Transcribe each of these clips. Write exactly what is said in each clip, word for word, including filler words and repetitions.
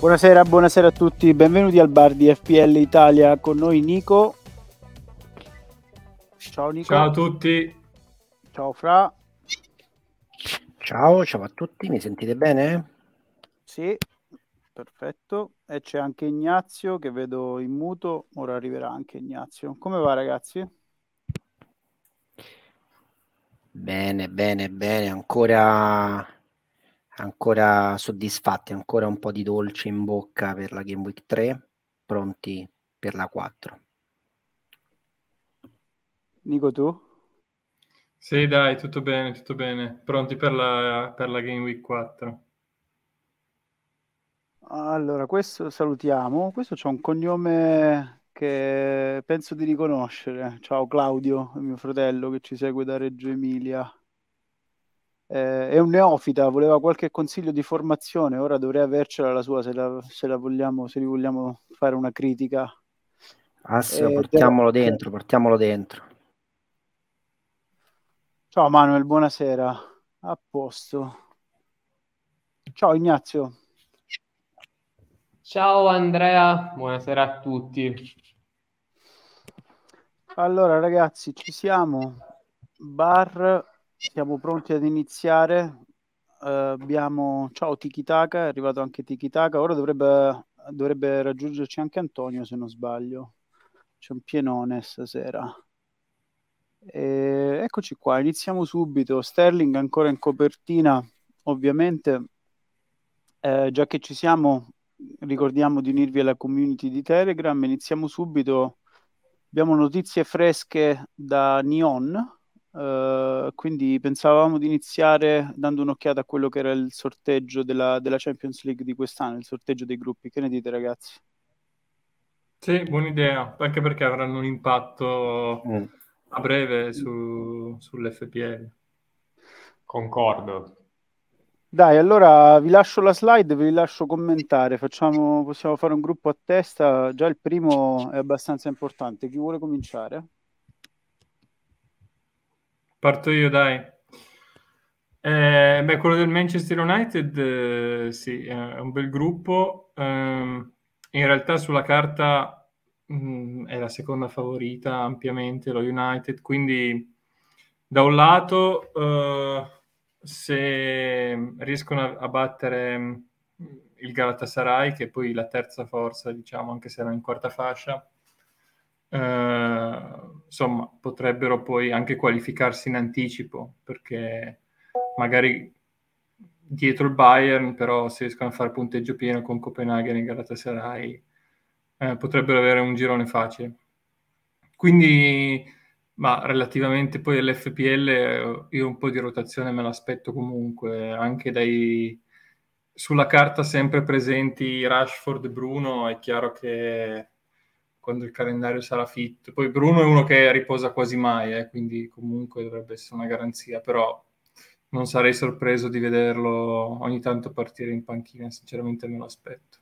Buonasera, buonasera a tutti, benvenuti al bar di F P L Italia, con noi Nico. Ciao Nico. Ciao a tutti. Ciao Fra. Ciao, ciao a tutti, mi sentite bene? Sì, perfetto. E c'è anche Ignazio che vedo in muto, ora arriverà anche Ignazio. Come va ragazzi? Bene, bene, bene, ancora, ancora soddisfatti, ancora un po' di dolce in bocca per la Game Week tre, pronti per la quattro. Nico tu? Sì, dai, tutto bene, tutto bene. Pronti per la, per la Game Week quattro. Allora, questo salutiamo. Questo c'ha un cognome che penso di riconoscere. Ciao Claudio, mio fratello che ci segue da Reggio Emilia. Eh, è un neofita, voleva qualche consiglio di formazione, ora dovrei avercela la sua se la, se la vogliamo, se gli vogliamo fare una critica. Ass, Eh, portiamolo del- dentro, portiamolo dentro. Ciao Manuel, buonasera. A posto. Ciao Ignazio. Ciao Andrea, buonasera a tutti. Allora ragazzi, ci siamo. Bar, siamo pronti ad iniziare. Eh, abbiamo... Ciao Tikitaka, è arrivato anche Tikitaka. Ora dovrebbe, dovrebbe raggiungerci anche Antonio, se non sbaglio. C'è un pienone stasera. E eccoci qua, iniziamo subito. Sterling ancora in copertina, ovviamente. Eh, già che ci siamo, ricordiamo di unirvi alla community di Telegram. Iniziamo subito. Abbiamo notizie fresche da Nyon, eh, quindi pensavamo di iniziare dando un'occhiata a quello che era il sorteggio della, della Champions League di quest'anno, il sorteggio dei gruppi. Che ne dite, ragazzi? Sì, buona idea, anche perché avranno un impatto Mm. a breve su, sull'F P L. Concordo. Dai, allora vi lascio la slide, vi lascio commentare. Facciamo, possiamo fare un gruppo a testa. Già il primo è abbastanza importante. Chi vuole cominciare? Parto io, dai. Eh, beh, quello del Manchester United, eh, sì, è un bel gruppo. Ehm, in realtà sulla carta mh, è la seconda favorita ampiamente, lo United, quindi da un lato, eh, se riescono a, a battere mh, il Galatasaray, che è poi la terza forza, diciamo, anche se era in quarta fascia, eh, insomma, potrebbero poi anche qualificarsi in anticipo, perché magari dietro il Bayern, però se riescono a fare punteggio pieno con Copenaghen e Galatasaray, eh, potrebbero avere un girone facile. Quindi, ma relativamente poi all'F P L, eh, io un po' di rotazione me l'aspetto comunque, anche dai sulla carta sempre presenti Rashford e Bruno. È chiaro che quando il calendario sarà fit, poi Bruno è uno che riposa quasi mai, eh, quindi comunque dovrebbe essere una garanzia, però non sarei sorpreso di vederlo ogni tanto partire in panchina, sinceramente me lo aspetto.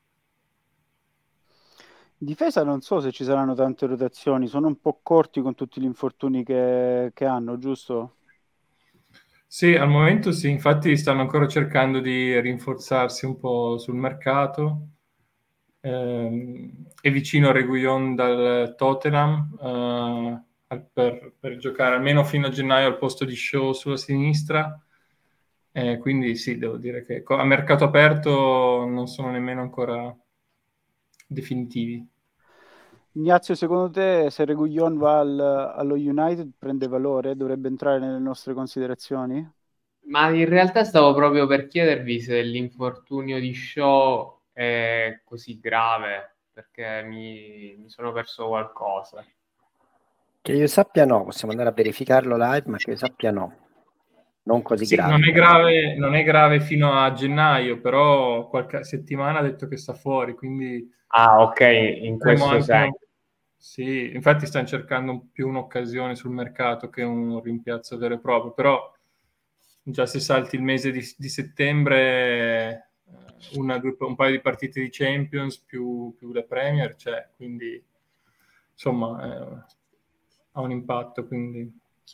In difesa non so se ci saranno tante rotazioni, sono un po' corti con tutti gli infortuni che, che hanno, giusto? Sì, al momento sì, infatti stanno ancora cercando di rinforzarsi un po' sul mercato. Ehm, è vicino a Reguilon dal Tottenham, eh, al- per, per giocare almeno fino a gennaio al posto di Shaw sulla sinistra. Eh, quindi sì, devo dire che co- a mercato aperto non sono nemmeno ancora definitivi. Ignazio, secondo te se Reguilon va al- allo United prende valore? Dovrebbe entrare nelle nostre considerazioni? Ma in realtà stavo proprio per chiedervi se l'infortunio di Shaw è così grave, perché mi, mi sono perso qualcosa. Che io sappia no, possiamo andare a verificarlo live, ma che io sappia no. Non così Sì, grave. non è grave, non è grave fino a gennaio, però qualche settimana ha detto che sta fuori, quindi Ah, ok, in avremo questo anche una... senso. Sì, infatti stanno cercando più un'occasione sul mercato che un rimpiazzo vero e proprio, però già se salti il mese di, di settembre, eh, una, due, un paio di partite di Champions più, più le Premier c'è, quindi insomma eh, ha un impatto. Quindi. Chi-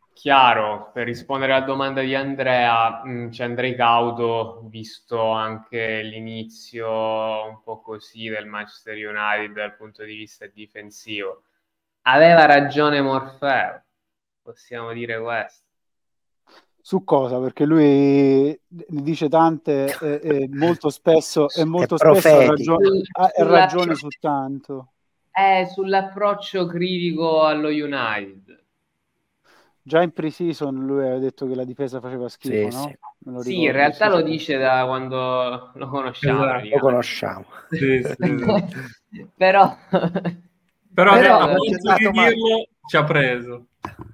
chiaro, per rispondere alla domanda di Andrea, mh, ci andrei cauto, visto anche l'inizio un po' così del Manchester United dal punto di vista difensivo. Aveva ragione Morfeo, possiamo dire questo. Su cosa? Perché lui ne dice tante e, e molto spesso e molto spesso ha ragione, ha ragione su tanto. È sull'approccio critico allo United. Già in pre-season lui aveva detto che la difesa faceva schifo, sì, no? Sì, Me lo sì ricordo, in realtà sì, lo sì. dice da quando lo conosciamo. Esatto. Lo conosciamo. Sì, sì. Però... Però, Però a forza di dirlo ci ha preso.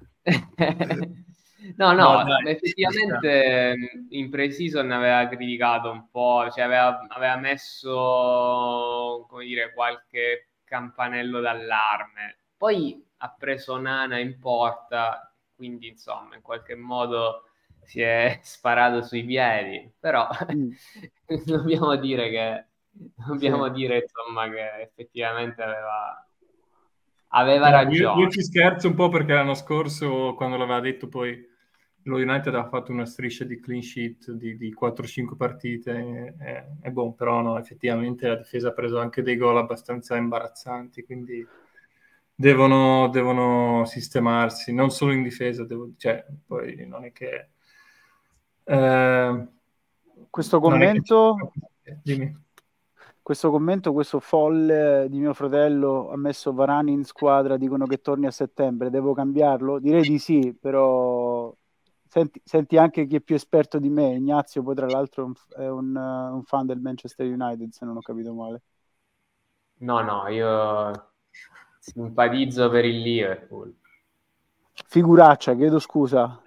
no, no, no dai, effettivamente in pre-season aveva criticato un po', cioè aveva, aveva messo, come dire, qualche campanello d'allarme. Poi ha preso Nana in porta, quindi insomma in qualche modo si è sparato sui piedi, però mm. dobbiamo dire che dobbiamo sì. dire insomma che effettivamente aveva aveva no, ragione. Io, io ci scherzo un po' perché l'anno scorso, quando l'aveva detto, poi lo United aveva fatto una striscia di clean sheet di, di quattro cinque partite e, e, e boh, però no, effettivamente la difesa ha preso anche dei gol abbastanza imbarazzanti, quindi devono, devono sistemarsi, non solo in difesa, devo, cioè poi non è che eh, questo commento che... dimmi. Questo commento, questo folle di mio fratello, ha messo Varane in squadra, dicono che torni a settembre, devo cambiarlo? Direi di sì, però senti, senti anche chi è più esperto di me, Ignazio, poi tra l'altro è un, un fan del Manchester United, se non ho capito male. No, no, io simpatizzo per il Liverpool. Figuraccia, chiedo scusa.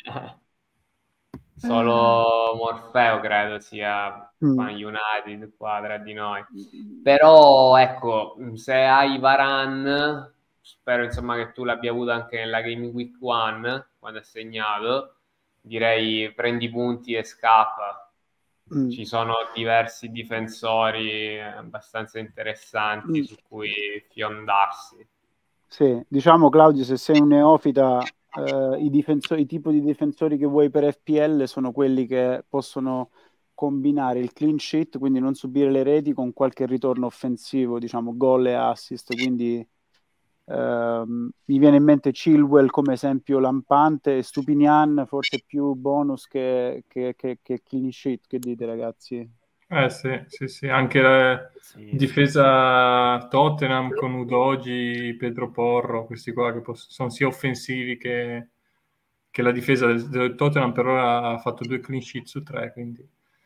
Solo Morfeo credo sia mm. fan United qua tra di noi. Però ecco, se hai Varane, spero insomma che tu l'abbia avuto anche nella Game Week uno quando è segnato, direi prendi punti e scappa. Mm. Ci sono diversi difensori abbastanza interessanti mm. su cui fiondarsi. Sì, diciamo Claudio, se sei un neofita, eh, i, difensori, i tipi di difensori che vuoi per F P L sono quelli che possono combinare il clean sheet, quindi non subire le reti, con qualche ritorno offensivo, diciamo gol e assist, quindi ehm, mi viene in mente Chilwell come esempio lampante, e Stupinian forse più bonus che, che, che, che clean sheet. Che dite, ragazzi? Eh sì, sì, sì, anche la sì, difesa sì. Tottenham con Udogi, Pedro Porro, questi qua che poss- sono sia offensivi che, che la difesa del, del Tottenham per ora ha fatto due clean sheet su tre, quindi...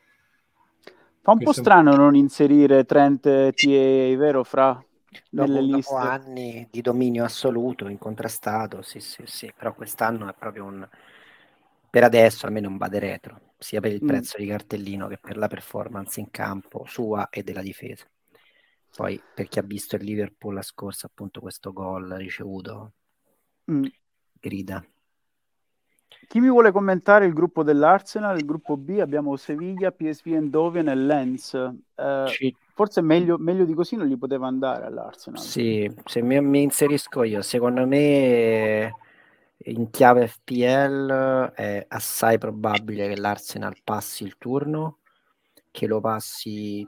Fa un po' strano un... non inserire Trent T A A, vero, Fra? Nelle dopo, liste. Dopo anni di dominio assoluto, incontrastato, sì, sì, sì, però quest'anno è proprio un... per adesso almeno un vade retro, sia per il mm. prezzo di cartellino che per la performance in campo sua e della difesa. Poi per chi ha visto il Liverpool la scorsa, appunto questo gol ricevuto, mm. grida. Chi mi vuole commentare il gruppo dell'Arsenal? Il gruppo B abbiamo Sevilla, P S V Eindhoven e Lens. Eh, Ci... Forse meglio, meglio di così non gli poteva andare all'Arsenal. Sì, se mi, mi inserisco io, secondo me in chiave F P L è assai probabile che l'Arsenal passi il turno, che lo passi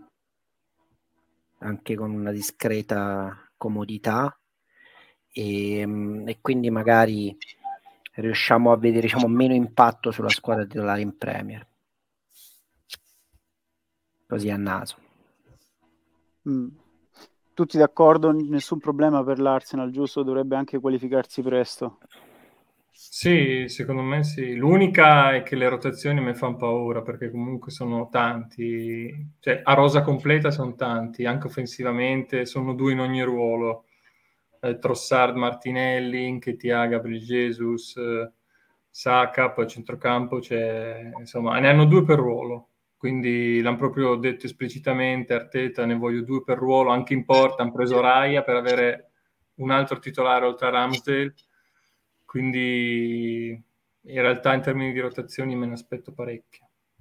anche con una discreta comodità e, e quindi magari riusciamo a vedere, diciamo, meno impatto sulla squadra titolare in Premier, così a naso. Mm. Tutti d'accordo? Nessun problema per l'Arsenal, giusto? Dovrebbe anche qualificarsi presto. Sì, secondo me sì. L'unica è che le rotazioni mi fanno paura, perché comunque sono tanti, cioè a rosa completa sono tanti, anche offensivamente, sono due in ogni ruolo. Eh, Trossard, Martinelli, Nketiah, Gabriel Jesus, eh, Saka, poi a centrocampo c'è, insomma, ne hanno due per ruolo. Quindi l'hanno proprio detto esplicitamente, Arteta, ne voglio due per ruolo, anche in porta, hanno preso Raya per avere un altro titolare oltre a Ramsdale. Quindi in realtà in termini di rotazioni me ne aspetto parecchio.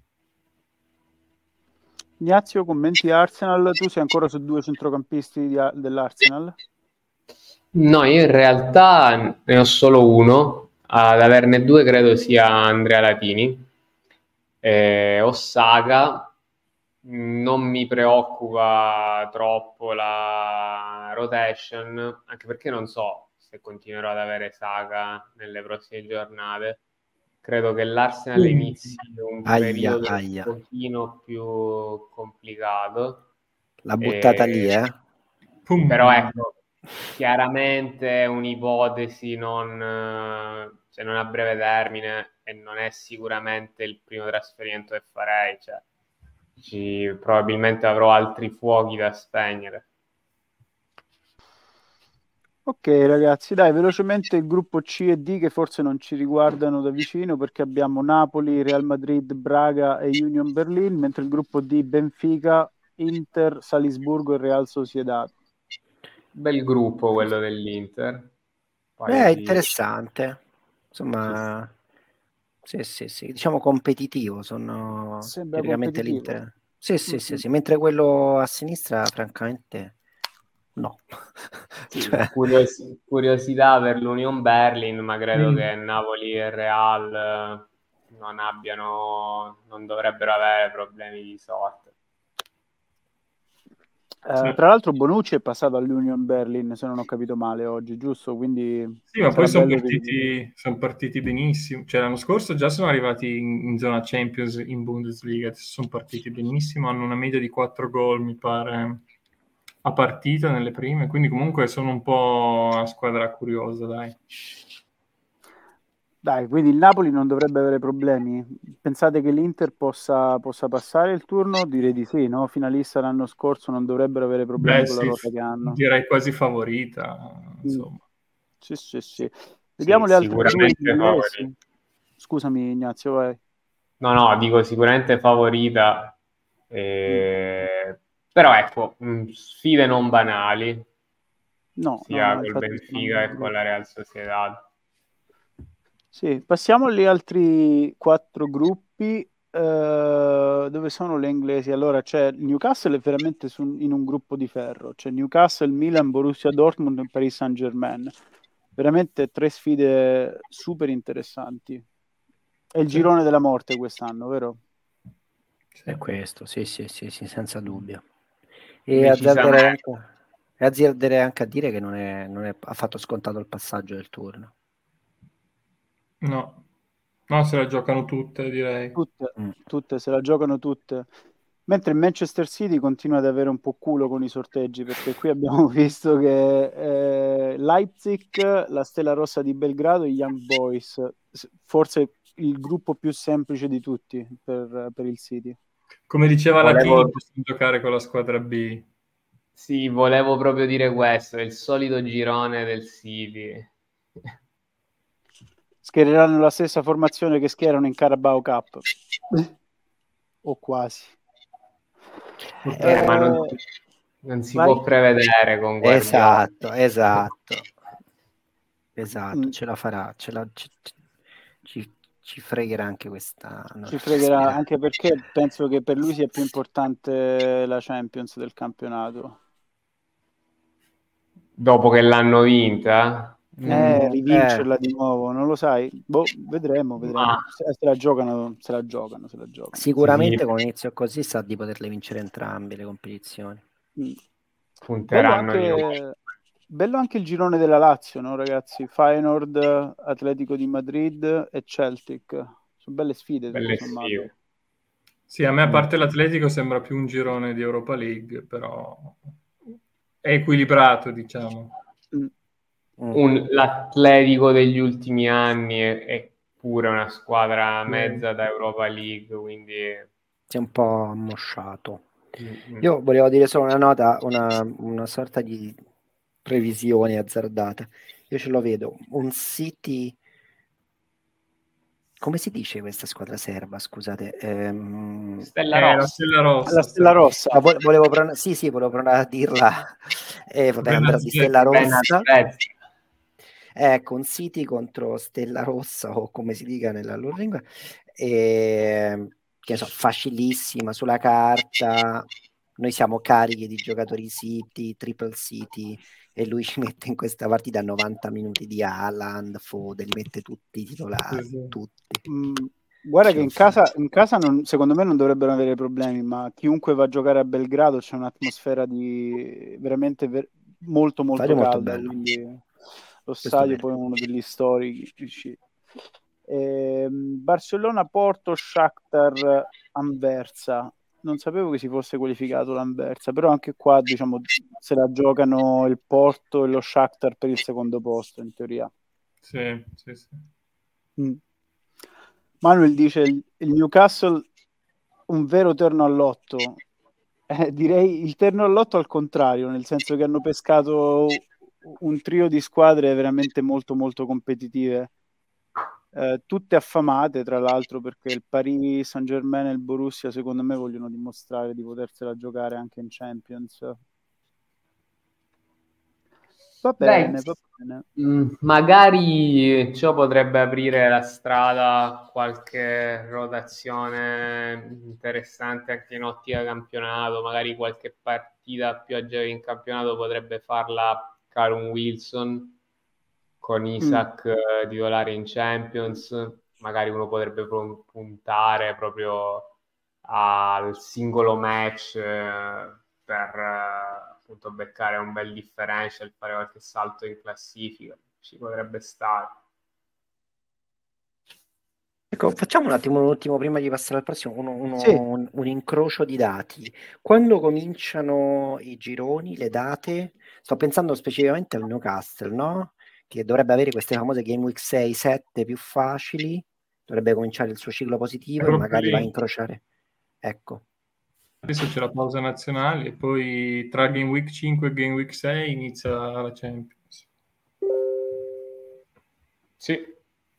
Ignazio, commenti Arsenal? Tu sei ancora su due centrocampisti di, dell'Arsenal? No, io in realtà ne ho solo uno, Ad averne due credo sia Andrea Latini. eh, Osaka, non mi preoccupa troppo la rotation, anche perché non so se continuerò ad avere Saka nelle prossime giornate. Credo che l'Arsenal Mm. inizi un Aia, periodo aia. un pochino più complicato. L'ha buttata E- lì, eh? Pum. Però ecco, chiaramente è un'ipotesi non, eh, cioè non a breve termine, e non è sicuramente il primo trasferimento che farei, cioè, ci- probabilmente avrò altri fuochi da spegnere. Ok ragazzi, dai, velocemente il gruppo C e D che forse non ci riguardano da vicino perché abbiamo Napoli, Real Madrid, Braga e Union Berlin, mentre il gruppo D Benfica, Inter, Salisburgo e Real Sociedad. Bel gruppo quello dell'Inter. Paio Beh, di- interessante. Insomma, sì, sì, sì, diciamo competitivo, sono Sembra teoricamente competitivo. l'Inter. Sì, sì, sì, Mm-mm. sì, mentre quello a sinistra, francamente, no. Sì, Cioè, curios- curiosità per l'Union Berlin, ma credo Mm. che Napoli e Real eh, non abbiano, non dovrebbero avere problemi di sorte. Eh, tra l'altro Bonucci è passato all'Union Berlin, se non ho capito male oggi, giusto? Quindi Sì, ma sarà poi sono bello vedere. partiti, son partiti benissimo. Cioè, l'anno scorso già sono arrivati in, in zona Champions in Bundesliga, adesso sono partiti benissimo, hanno una media di quattro gol, mi pare, a partita nelle prime, quindi comunque sono un po' una squadra curiosa, dai. Dai, quindi il Napoli non dovrebbe avere problemi. Pensate che l'Inter possa, possa passare il turno? Direi di sì, no? Finalista l'anno scorso non dovrebbero avere problemi Beh, con la sì, rosa che hanno. direi quasi favorita, Mm. insomma. Sì, sì, Sì, sì. sì, Vediamo le altre due sicuramente inglesi. favorita. Scusami Ignazio, vai. No, no, dico sicuramente favorita, Mm. eh, però ecco, mh, sfide non banali, No, no, sia no, col infatti sono Benfica e con la Real Sociedad. Sì, passiamo agli altri quattro gruppi, eh, dove sono le inglesi. Allora c'è Newcastle è veramente su- in un gruppo di ferro. C'è Newcastle, Milan, Borussia Dortmund e Paris Saint-Germain. Veramente tre sfide super interessanti. È il Sì. girone della morte quest'anno, vero? è questo, sì, sì, sì, sì, senza dubbio. E Decisamente. azzarderei anche, e azzarderei anche a dire che non è, non è affatto scontato il passaggio del turno. No, no, se la giocano tutte, direi. Tutte, Mm. tutte, se la giocano tutte. Mentre il Manchester City continua ad avere un po' culo con i sorteggi, perché qui abbiamo visto che eh, Leipzig, la Stella Rossa di Belgrado e i Young Boys, s- forse il gruppo più semplice di tutti per, per il City. Come diceva Volevo, Latini, possono giocare con la squadra B. sì, volevo proprio dire questo, è il solito girone del City. Schiereranno la stessa formazione che schierano in Carabao Cup. O quasi. Eh, ma non, Eh, non si vai. può prevedere con Guardiola. Esatto, esatto, esatto, Mm. ce la farà, ce la, ci, ci- ci fregherà anche quest'anno. Ci fregherà anche perché penso che per lui sia più importante la Champions del campionato. Dopo che l'hanno vinta? Eh, Mm, eh, rivincerla di nuovo, non lo sai? Boh, vedremo, Ma vedremo. Se, se la giocano, se la giocano, se la giocano. sì, sicuramente con un inizio così sa di poterle vincere entrambe le competizioni. Mm. Bello punteranno il anche, bello anche il girone della Lazio, no, ragazzi? Feyenoord, Atletico di Madrid e Celtic. Sono belle sfide, tutto belle sommato. sfide. Sì, a me a Mm. parte l'Atletico sembra più un girone di Europa League, però è equilibrato, diciamo. Mm. Mm. Un- l'Atletico degli ultimi anni è, è pure una squadra Sì. mezza da Europa League, quindi Si è un po' ammosciato. mm, mm. Io volevo dire solo una nota, una, una sorta di previsione azzardata. Io ce lo vedo, un City. Come si dice questa squadra serba? Scusate. Ehm, Stella È la Rossa. Stella La Rossa. Stella Stella Rossa. ma vo- volevo provare, sì, sì, volevo provare a dirla. Eh, vabbè, Bella andrà di Stella Svezia. Ben Rossa. Svezia. Ecco, un City contro Stella Rossa o come si dica nella loro lingua, e, che ne so, facilissima sulla carta, noi siamo carichi di giocatori City, Triple City, e lui ci mette in questa partita novanta minuti di Haaland, Foden, li mette tutti i titolari, Sì, sì. tutti. Mm, guarda che in casa, in casa non- secondo me non dovrebbero avere problemi, ma chiunque va a giocare a Belgrado c'è un'atmosfera di veramente ver- molto molto Stadio molto calda, bello. quindi lo Questo è stadio vero. poi è uno degli storici. Ehm, Barcellona-Porto, Shakhtar, Anversa. Non sapevo che si fosse qualificato l'Anversa, però anche qua diciamo se la giocano il Porto e lo Shakhtar per il secondo posto in teoria. Sì, sì, sì. Mm. Manuel dice il, il Newcastle un vero terno all'otto. Eh, direi il terno all'otto al contrario, nel senso che hanno pescato un trio di squadre veramente molto molto competitive, eh, tutte affamate tra l'altro, perché il Paris Saint-Germain e il Borussia secondo me vogliono dimostrare di potersela giocare anche in Champions. Va Dai, bene, va bene. mm, magari ciò potrebbe aprire la strada a qualche rotazione interessante anche in ottica campionato, magari qualche partita più agevole in campionato potrebbe farla Callum Wilson con Isaac eh, titolare in Champions, magari uno potrebbe pro- puntare proprio al singolo match eh, per eh, appunto beccare un bel differential, fare qualche salto in classifica, ci potrebbe stare. Ecco, facciamo un attimo un ultimo prima di passare al prossimo, uno- uno- Sì. un, un incrocio di dati. Quando cominciano i gironi, le date? Sto pensando specificamente al Newcastle, no? Che dovrebbe avere queste famose Game Week sei sette più facili, dovrebbe cominciare il suo ciclo È positivo e proprio magari va a lì. incrociare. Ecco. Adesso c'è la pausa nazionale e poi tra Game Week cinque e Game Week sei inizia la Champions. Sì.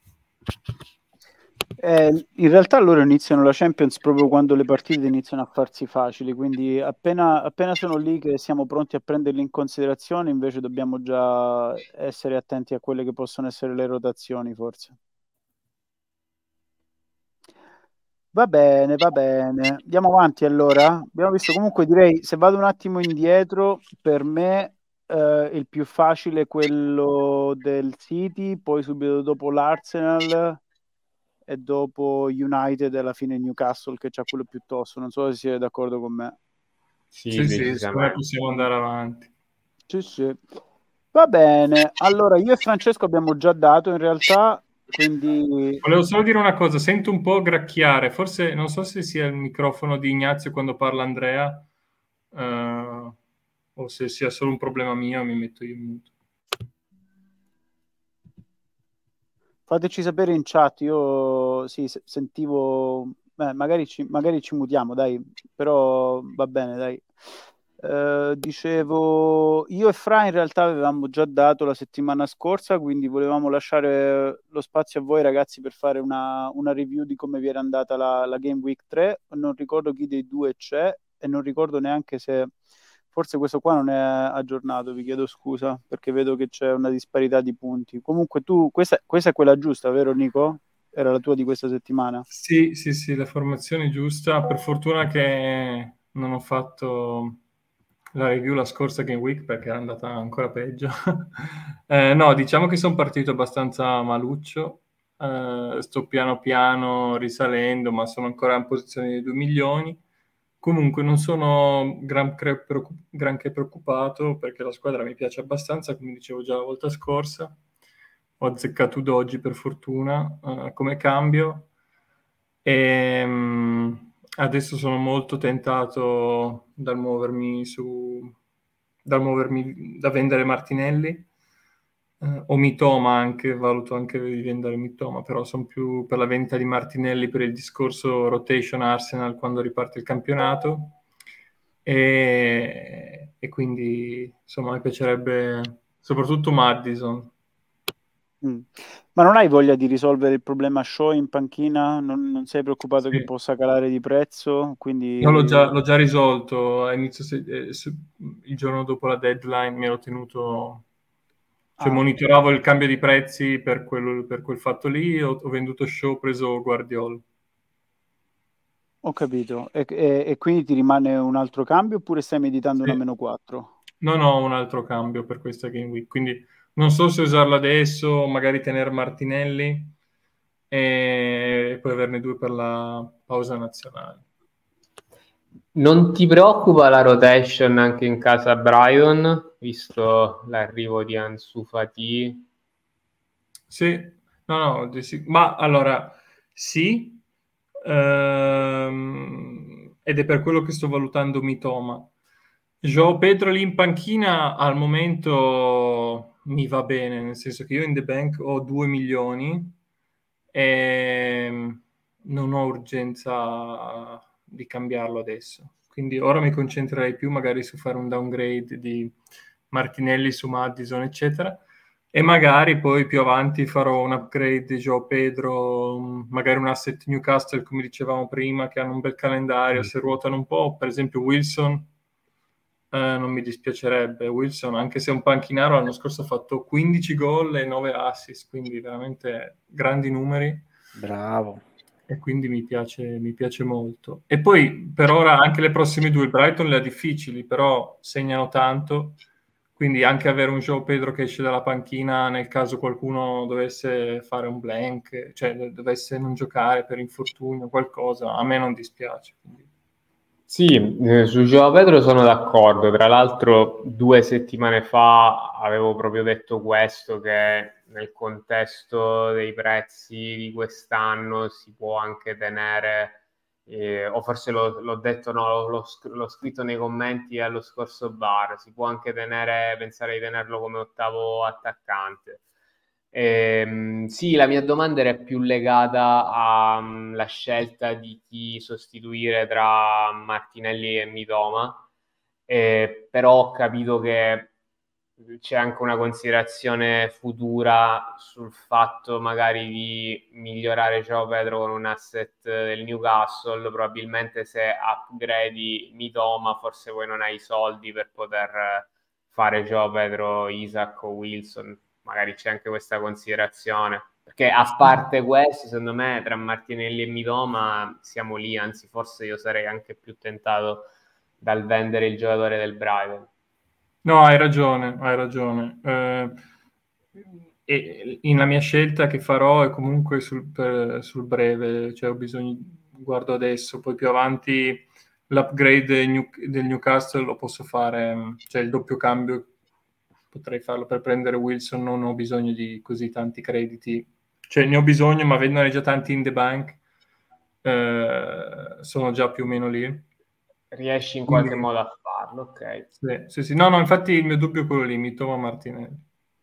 Eh, in realtà loro iniziano la Champions proprio quando le partite iniziano a farsi facili, quindi appena, appena sono lì che siamo pronti a prenderli in considerazione, invece dobbiamo già essere attenti a quelle che possono essere le rotazioni, forse. Va bene, va bene. Andiamo avanti allora. Abbiamo visto comunque, direi, se vado un attimo indietro, per me eh, il più facile è quello del City, poi subito dopo l'Arsenal e dopo United e alla fine Newcastle che c'ha quello più tosto. Non so se siete d'accordo con me. Sì, Sì, sì, secondo me decisamente. possiamo andare avanti. Sì, sì. Va bene. Allora, io e Francesco abbiamo già dato in realtà, quindi Volevo solo dire una cosa, sento un po' gracchiare, forse non so se sia il microfono di Ignazio quando parla Andrea, eh, o se sia solo un problema mio, mi metto io in muto. fateci sapere in chat. Io sì, se- sentivo, beh, magari ci, magari ci mutiamo, dai, però va bene, dai. Eh, dicevo, io e Fra in realtà avevamo già dato la settimana scorsa, quindi volevamo lasciare lo spazio a voi ragazzi per fare una, una review di come vi era andata la, la Game Week tre. Non ricordo chi dei due c'è e non ricordo neanche se forse questo qua non è aggiornato, vi chiedo scusa perché vedo che c'è una disparità di punti. Comunque tu, questa, questa è quella giusta, vero Nico? Era la tua di questa settimana? Sì, sì, sì, la formazione giusta. Per fortuna che non ho fatto la review la scorsa Game Week perché era andata ancora peggio. eh, no, diciamo che sono partito abbastanza maluccio. Eh, sto piano piano risalendo, ma sono ancora in posizione di due milioni. Comunque non sono gran cre- preoccup- granché preoccupato perché la squadra mi piace abbastanza, come dicevo già la volta scorsa. Ho azzeccato Udogi per fortuna eh, come cambio. E, mh, adesso sono molto tentato dal muovermi su, dal muovermi da vendere Martinelli eh, o Mitoma anche, valuto anche di vendere Mitoma, però sono più per la vendita di Martinelli per il discorso rotation Arsenal quando riparte il campionato e, e quindi insomma mi piacerebbe soprattutto Maddison. Mm. Ma non hai voglia di risolvere il problema Shaw in panchina? Non, non sei preoccupato che Sì. possa calare di prezzo? Io l'ho già, Quindi l'ho già risolto a inizio se- eh, su- il giorno dopo la deadline mi ero tenuto, cioè ah, monitoravo il cambio di prezzi per, quello- per quel fatto lì, ho, ho venduto Shaw, ho preso Guardiola. Ho capito. E, e- e quindi ti rimane un altro cambio oppure stai meditando Sì. una meno quattro? Non ho un altro cambio per questa Game Week, quindi non so se usarlo adesso, magari tenere Martinelli e poi averne due per la pausa nazionale. Non ti preoccupa la rotation anche in casa Brighton, visto l'arrivo di Ansu Fati? Sì, no, no, di sì. Ma allora, sì, ehm, ed è per quello che sto valutando Mitoma. João Pedro lì in panchina al momento mi va bene, nel senso che io in The Bank ho due milioni e non ho urgenza di cambiarlo adesso. Quindi ora mi concentrerei più magari su fare un downgrade di Martinelli su Maddison, eccetera. E magari poi più avanti farò un upgrade di João Pedro, magari un asset Newcastle, come dicevamo prima, che hanno un bel calendario, se ruotano un po'. Per esempio Wilson, eh, non mi dispiacerebbe. Wilson, anche se è un panchinaro, l'anno scorso ha fatto quindici gol e nove assist, quindi veramente grandi numeri. Bravo. E quindi mi piace, mi piace molto. E poi per ora anche le prossime due, il Brighton le ha difficili, però segnano tanto, quindi anche avere un João Pedro che esce dalla panchina nel caso qualcuno dovesse fare un blank, cioè dovesse non giocare per infortunio o qualcosa, a me non dispiace. Quindi. Sì, eh, su João Pedro sono d'accordo. Tra l'altro due settimane fa avevo proprio detto questo, che nel contesto dei prezzi di quest'anno si può anche tenere, eh, o forse l'ho, l'ho detto, no, l'ho, l'ho scritto nei commenti allo scorso bar, si può anche tenere, pensare di tenerlo come ottavo attaccante. Ehm, sì, la mia domanda era più legata alla scelta di chi sostituire tra Martinelli e Mitoma, eh, però ho capito che c'è anche una considerazione futura sul fatto magari di migliorare João Pedro con un asset del Newcastle. Probabilmente se upgradi Mitoma forse poi non hai i soldi per poter fare João Pedro, Isaac o Wilson. Magari c'è anche questa considerazione, perché a parte questo, secondo me tra Martinelli e Mitoma siamo lì, anzi forse io sarei anche più tentato dal vendere il giocatore del Brighton. No, hai ragione, hai ragione. Eh, e in la mia scelta che farò è comunque sul, per, sul breve, cioè ho bisogno, guardo adesso, poi più avanti l'upgrade del, New, del Newcastle lo posso fare, cioè il doppio cambio potrei farlo per prendere Wilson, non ho bisogno di così tanti crediti, cioè ne ho bisogno, ma avendone già tanti in the bank, eh, sono già più o meno lì. Riesci in qualche Quindi, modo a farlo, ok. Sì, sì, sì. No, no, infatti il mio dubbio è quello lì, Mitoma Martinelli.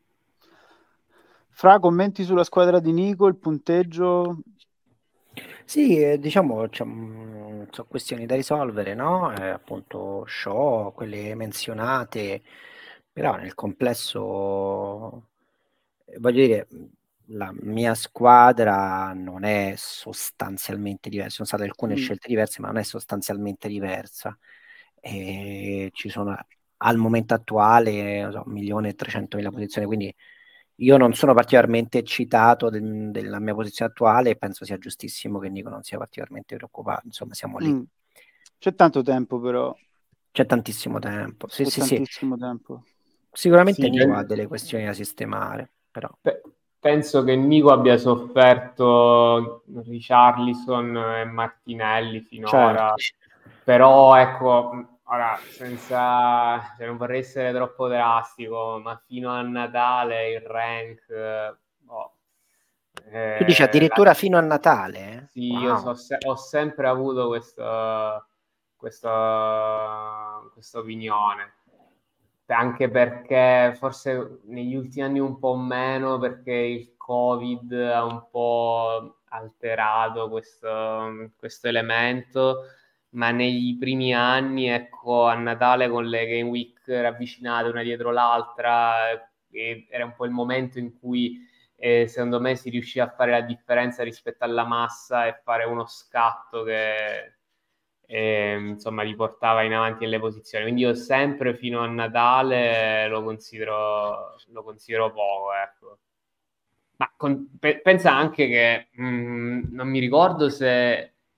Fra, commenti sulla squadra di Nico, il punteggio? Sì, eh, diciamo, c'è, mm, sono questioni da risolvere, no? Eh, appunto, show, quelle menzionate, però nel complesso, eh, voglio dire, la mia squadra non è sostanzialmente diversa, sono state alcune Mm. scelte diverse, ma non è sostanzialmente diversa. E ci sono al momento attuale, non so, un milione e trecentomila posizioni, quindi io non sono particolarmente eccitato del- della mia posizione attuale e penso sia giustissimo che Nico non sia particolarmente preoccupato, insomma siamo lì. Mm. C'è tanto tempo però, C'è tantissimo tempo, sì c'è sì sì, tantissimo tempo. sicuramente Sì, Nico pen- ha delle questioni da sistemare, però pe- penso che Nico abbia sofferto Richarlison e Martinelli finora, certo, però ecco, ora senza, cioè, non vorrei essere troppo drastico, ma fino a Natale il rank, eh, boh, tu dici eh, la- addirittura fino a Natale, eh? sì, io so Wow, se- ho sempre avuto questo, questa questa opinione, anche perché forse negli ultimi anni un po' meno, perché il Covid ha un po' alterato questo, questo elemento, ma negli primi anni, ecco, a Natale con le Game Week ravvicinate una dietro l'altra, eh, era un po' il momento in cui e secondo me si riuscì a fare la differenza rispetto alla massa e fare uno scatto che eh, insomma li portava in avanti nelle posizioni. Quindi io sempre fino a Natale lo considero, lo considero poco, ecco. Ma con, pe- pensa anche che mh, non mi ricordo se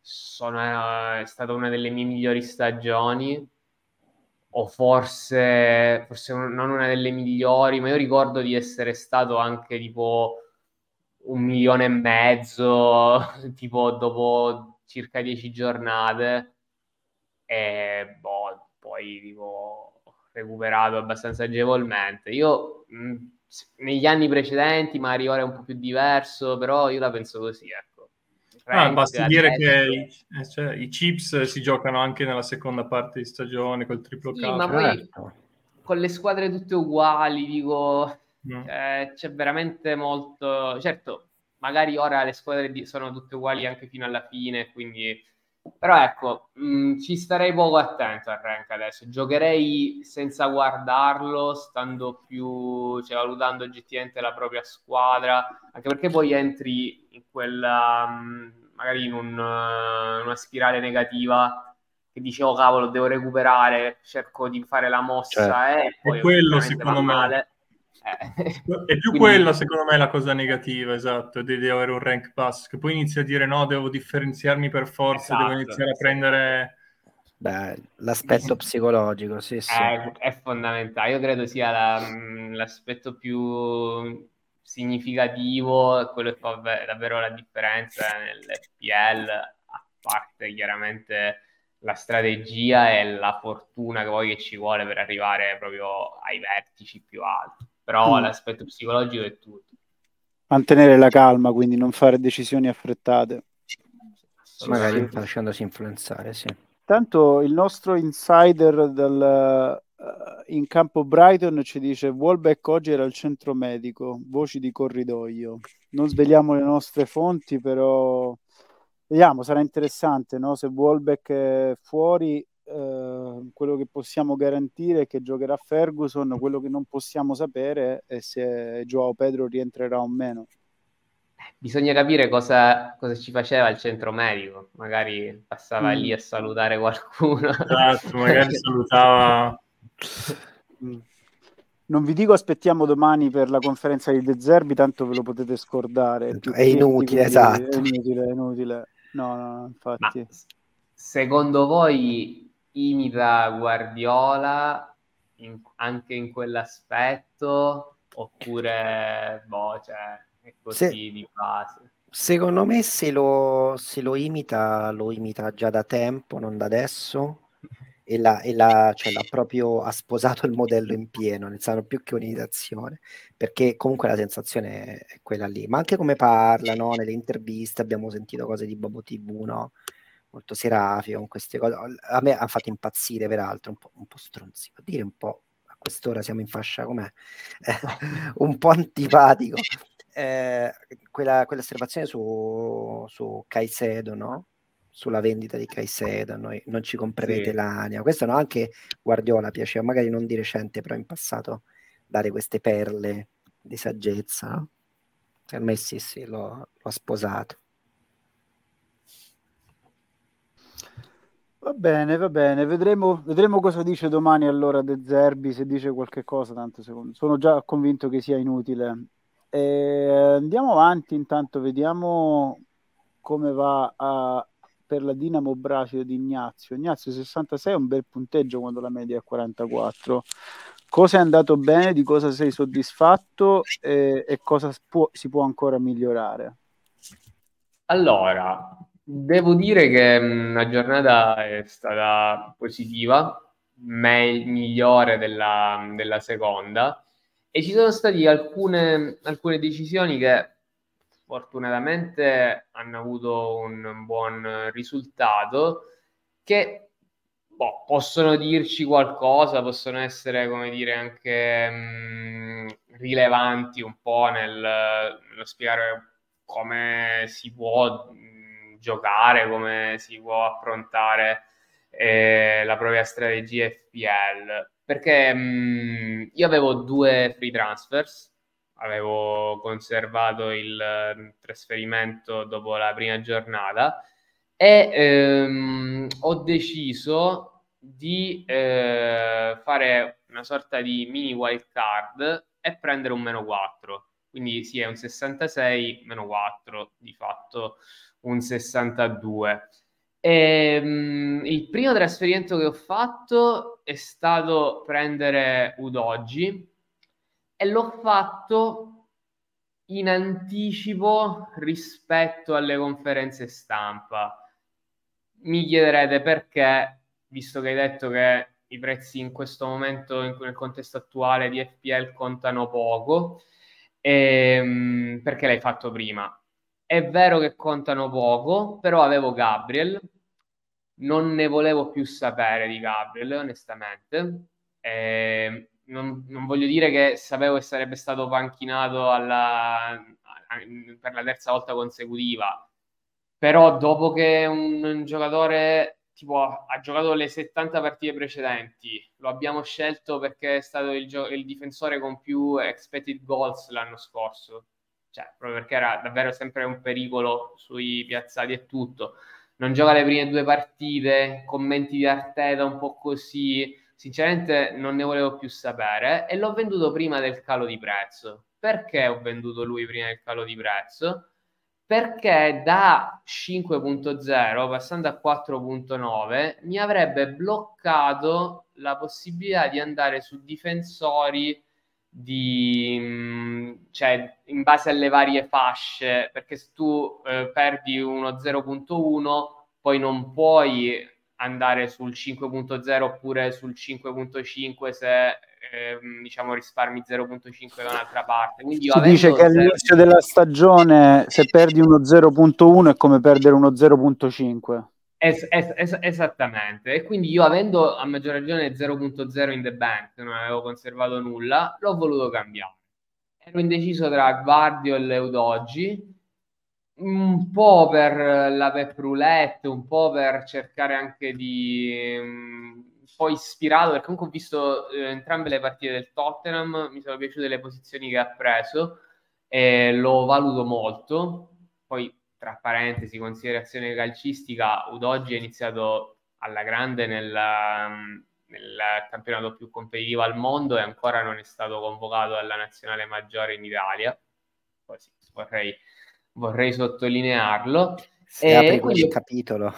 sono, è stata una delle mie migliori stagioni, o forse, forse non una delle migliori, ma io ricordo di essere stato anche tipo un milione e mezzo, tipo dopo circa dieci giornate, e boh, poi tipo recuperato abbastanza agevolmente. Io mh, negli anni precedenti magari ora è un po' più diverso, però io la penso così, ecco. Ah, Rank basti dire che adesso... i, eh, cioè, i chips si giocano anche nella seconda parte di stagione col triplo Sì, K. ma poi Certo. con le squadre tutte uguali, dico, Mm. cioè, c'è veramente molto... Certo, magari ora le squadre di- sono tutte uguali anche fino alla fine, quindi... Però ecco, mh, ci starei poco attento al rank adesso. Giocherei senza guardarlo, stando più, cioè valutando oggettivamente la propria squadra, anche perché poi entri in quella, mh, magari in un, uh, una spirale negativa che dici, oh cavolo, devo recuperare, cerco di fare la mossa, Certo. eh, e poi È quello, oggettivamente va secondo me. male. Eh. È più Quindi, quella, secondo me, la cosa negativa, esatto, di, di avere un rank pass, che poi inizi a dire no, devo differenziarmi per forza, devo esatto, iniziare a sì. prendere... Beh, l'aspetto psicologico, sì, sì. È, è fondamentale. Io credo sia la- l'aspetto più significativo, quello che fa ve- davvero la differenza nell'F P L, a parte chiaramente la strategia e la fortuna che poi che ci vuole per arrivare proprio ai vertici più alti. Però Mm. l'aspetto psicologico è tutto. Mantenere la calma, quindi non fare decisioni affrettate. Magari Sì. facendosi influenzare, sì. Tanto il nostro insider del, uh, in campo Brighton ci dice Welbeck oggi era al centro medico, voci di corridoio. Non sveliamo le nostre fonti, però vediamo, sarà interessante, no? Se Welbeck è fuori, uh, quello che possiamo garantire è che giocherà Ferguson, quello che non possiamo sapere è se Joao Pedro rientrerà o meno. Bisogna capire cosa, cosa ci faceva il centro medico, magari passava Mm. lì a salutare qualcuno. Esatto, magari salutava... Mm. Non vi dico aspettiamo domani per la conferenza di De Zerbi, tanto ve lo potete scordare. È, più È inutile, criptico di- esatto. È inutile, è inutile. No, no, no, Ma infatti. secondo voi imita Guardiola in- anche in quell'aspetto, oppure boh, cioè, è Se- così di base? secondo me se lo, se lo imita, lo imita già da tempo, non da adesso, e, la, e la- cioè, l'ha proprio ha sposato il modello in pieno, nel senso più che un'imitazione, perché comunque la sensazione è quella lì, ma anche come parla, no? Nelle interviste abbiamo sentito cose di Bobo T V, no? Molto serafico, con queste cose. A me ha fatto impazzire, peraltro, un po', un po' stronzico, a dire un po', a quest'ora siamo in fascia com'è, un po' antipatico. Eh, quella, quell'osservazione su, su Caicedo, no? Sulla vendita di Caicedo, noi non ci comprerete Sì. l'anima. Questo no, anche Guardiola piaceva, magari non di recente, però in passato, dare queste perle di saggezza, no? Per me sì, sì, l'ho, l'ho sposato. Va bene, va bene, vedremo, vedremo cosa dice domani allora De Zerbi, se dice qualche cosa, tanto secondo, sono già convinto che sia inutile. E andiamo avanti, intanto vediamo come va a, per la Dinamo Brasile di Ignazio. Ignazio sessantasei è un bel punteggio quando la media è quarantaquattro. Cosa è andato bene, di cosa sei soddisfatto e, e cosa può, si può ancora migliorare? Allora, devo dire che mh, la giornata è stata positiva, me- migliore della, della seconda, e ci sono state alcune, alcune decisioni che fortunatamente hanno avuto un buon risultato, che boh, possono dirci qualcosa, possono essere, come dire, anche mh, rilevanti un po' nel, nello spiegare come si può mh, giocare, come si può affrontare eh, la propria strategia F P L. Perché mh, io avevo due free transfers, avevo conservato il eh, trasferimento dopo la prima giornata e ehm, ho deciso di eh, fare una sorta di mini wild card e prendere un meno quattro. Quindi sì, è un sessantasei meno quattro, di fatto un sessantadue. E, um, il primo trasferimento che ho fatto è stato prendere Udogie e l'ho fatto in anticipo rispetto alle conferenze stampa. Mi chiederete perché, visto che hai detto che i prezzi in questo momento, in, nel contesto attuale di F P L, contano poco, e, perché l'hai fatto prima? È vero che contano poco, però avevo Gabriel, non ne volevo più sapere di Gabriel, onestamente. E non, non voglio dire che sapevo che sarebbe stato panchinato alla, per la terza volta consecutiva, però dopo che un, un giocatore tipo ha giocato le settanta partite precedenti, lo abbiamo scelto perché è stato il, gio- il difensore con più expected goals l'anno scorso, cioè proprio perché era davvero sempre un pericolo sui piazzati e tutto. Non gioca le prime due partite, commenti di Arteta un po' così, sinceramente non ne volevo più sapere e l'ho venduto prima del calo di prezzo. Perché ho venduto lui prima del calo di prezzo? Perché da cinque punto zero passando a quattro punto nove mi avrebbe bloccato la possibilità di andare su difensori di, cioè, in base alle varie fasce, perché se tu eh, perdi uno zero punto uno poi non puoi andare sul cinque punto zero oppure sul cinque punto cinque se eh, diciamo risparmi zero punto cinque da un'altra parte. Quindi io Si dice che all'inizio zero... della stagione se perdi uno zero punto uno è come perdere uno zero punto cinque. Es- es- es- esattamente, e quindi io avendo a maggior ragione zero punto zero in the bank, non avevo conservato nulla, l'ho voluto cambiare. Ero indeciso tra Gvardiol e Udogie, un po' per la pep roulette, un po' per cercare anche di um, poi ispirato, perché comunque ho visto eh, entrambe le partite del Tottenham, mi sono piaciute le posizioni che ha preso e lo valuto molto. Poi tra parentesi, considerazione calcistica, Udogie è iniziato alla grande nel, nel campionato più competitivo al mondo e ancora non è stato convocato alla nazionale maggiore in Italia. Poi sì, vorrei, vorrei sottolinearlo. Se e apri quindi quel ho... capitolo.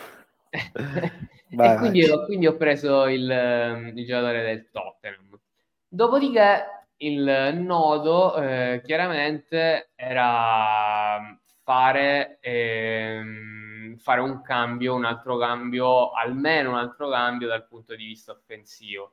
e Vai, quindi, vai. ho, quindi ho preso il, il giocatore del Tottenham. Dopodiché il nodo eh, chiaramente era fare, ehm, fare un cambio, un altro cambio, almeno un altro cambio dal punto di vista offensivo.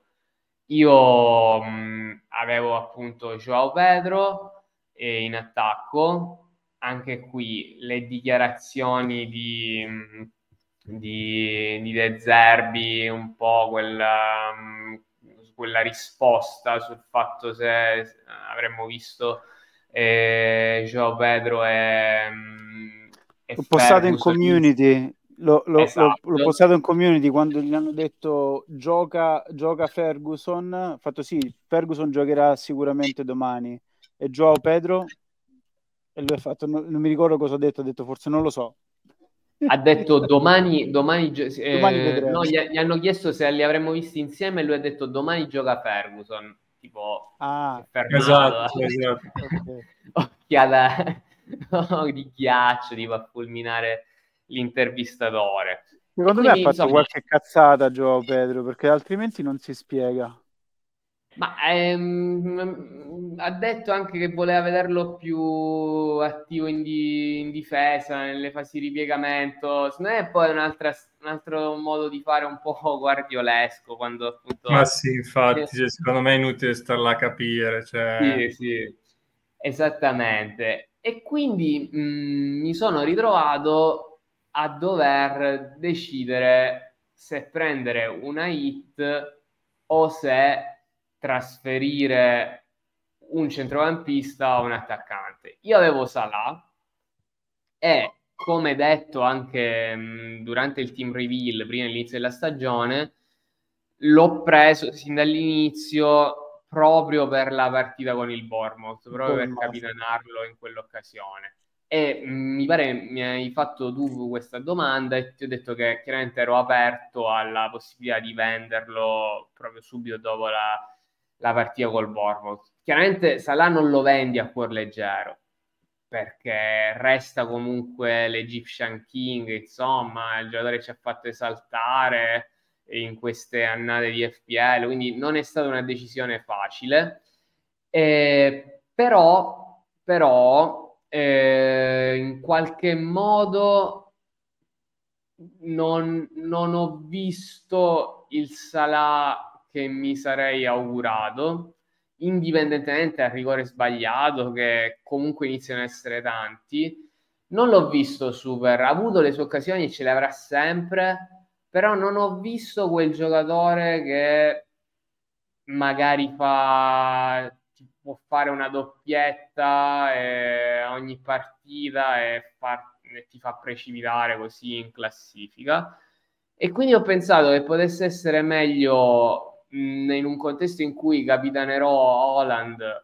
Io mh, avevo appunto Joao Pedro eh, in attacco, anche qui le dichiarazioni di, mh, di, di De Zerbi, un po' quella, mh, quella risposta sul fatto se avremmo visto eh, Joao Pedro e, mh, e L'ho postato in Ferguson. community, l'ho, l'ho- l'ho- l'ho Esatto. postato in community quando gli hanno detto gioca, gioca Ferguson, ho fatto sì, Ferguson giocherà sicuramente domani e Joao Pedro, e lui ha fatto, non, non mi ricordo cosa ho detto, ha detto forse non lo so. Ha detto domani, domani, Domani eh, vedremo. no, gli, gli hanno chiesto se li avremmo visti insieme e lui ha detto domani gioca Ferguson, tipo si Ah, è fermato, Esatto, esatto. ok. occhiata di ghiaccio, tipo a fulminare l'intervistatore. Secondo me ha Quindi fatto insomma, qualche cazzata Joao Pedro, perché altrimenti non si spiega. ma ehm, ha detto anche che voleva vederlo più attivo in, di- in difesa, nelle fasi di ripiegamento. Secondo me poi è un'altra, un altro modo di fare un po' guardiolesco, quando appunto... Ma sì, infatti, cioè, secondo me è inutile starla a capire. Cioè... Sì, sì, esattamente. E quindi mh, mi sono ritrovato a dover decidere se prendere una hit o se trasferire un centrocampista o un attaccante. Io avevo Salah e, come detto anche mh, durante il team reveal, prima dell'inizio della stagione, l'ho preso sin dall'inizio proprio per la partita con il Bournemouth, proprio per Bournemouth. capitanarlo in quell'occasione. E mh, mi pare mi hai fatto tu questa domanda e ti ho detto che chiaramente ero aperto alla possibilità di venderlo proprio subito dopo la, la partita col Bournemouth. Chiaramente Salah non lo vendi a cuor leggero, perché resta comunque l'Egyptian King, insomma, il giocatore ci ha fatto esaltare in queste annate di F P L, quindi non è stata una decisione facile, eh, però, però eh, in qualche modo non, non ho visto il Salah che mi sarei augurato, indipendentemente dal rigore sbagliato, che comunque iniziano ad essere tanti. Non l'ho visto super, ha avuto le sue occasioni e ce le avrà sempre, però non ho visto quel giocatore che magari fa, può fare una doppietta e ogni partita e, far, e ti fa precipitare così in classifica. E quindi ho pensato che potesse essere meglio mh, in un contesto in cui capitanerò Haaland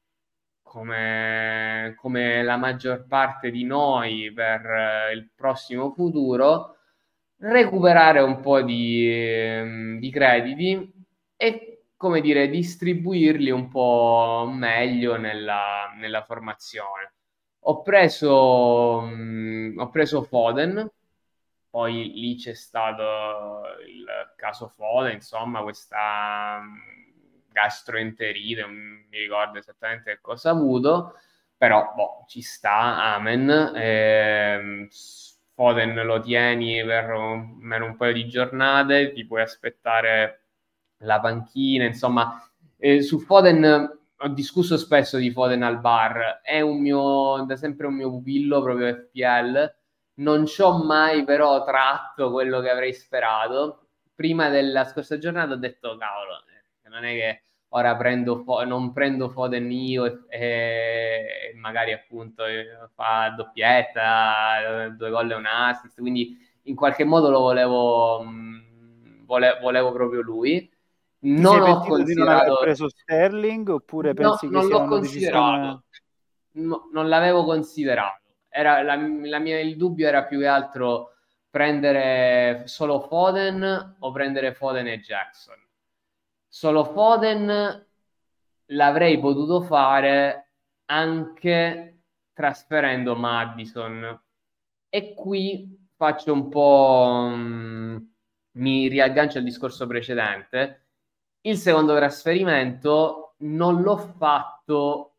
come, come la maggior parte di noi per eh, il prossimo futuro, recuperare un po' di, ehm, di crediti e, come dire, distribuirli un po' meglio nella, nella formazione. Ho preso, mh, ho preso Foden, poi lì c'è stato il caso Foden, insomma, questa mh, gastroenterite, non mi ricordo esattamente che cosa ha avuto, però boh, ci sta, amen. Ehm, Foden lo tieni per almeno un paio di giornate, ti puoi aspettare la panchina, insomma, eh, su Foden ho discusso spesso di Foden al bar, è un mio, da sempre un mio pupillo proprio F P L, non ci ho mai però tratto quello che avrei sperato. Prima della scorsa giornata ho detto, cavolo, eh, non è che ora prendo Fo- non prendo Foden io e, e magari appunto eh, fa doppietta, eh, due gol e un assist, quindi in qualche modo lo volevo, mh, vole- volevo proprio lui. Ti Non sei ho pentito di non aver considerato, preso Sterling oppure no, pensi che non sia l'ho una considerato, decisione... no, non l'avevo considerato. Era la, la mia, il dubbio era più che altro prendere solo Foden o prendere Foden e Jackson. Solo Foden l'avrei potuto fare anche trasferendo Maddison. E qui faccio un po', mh, mi riaggancio al discorso precedente. Il secondo trasferimento non l'ho fatto,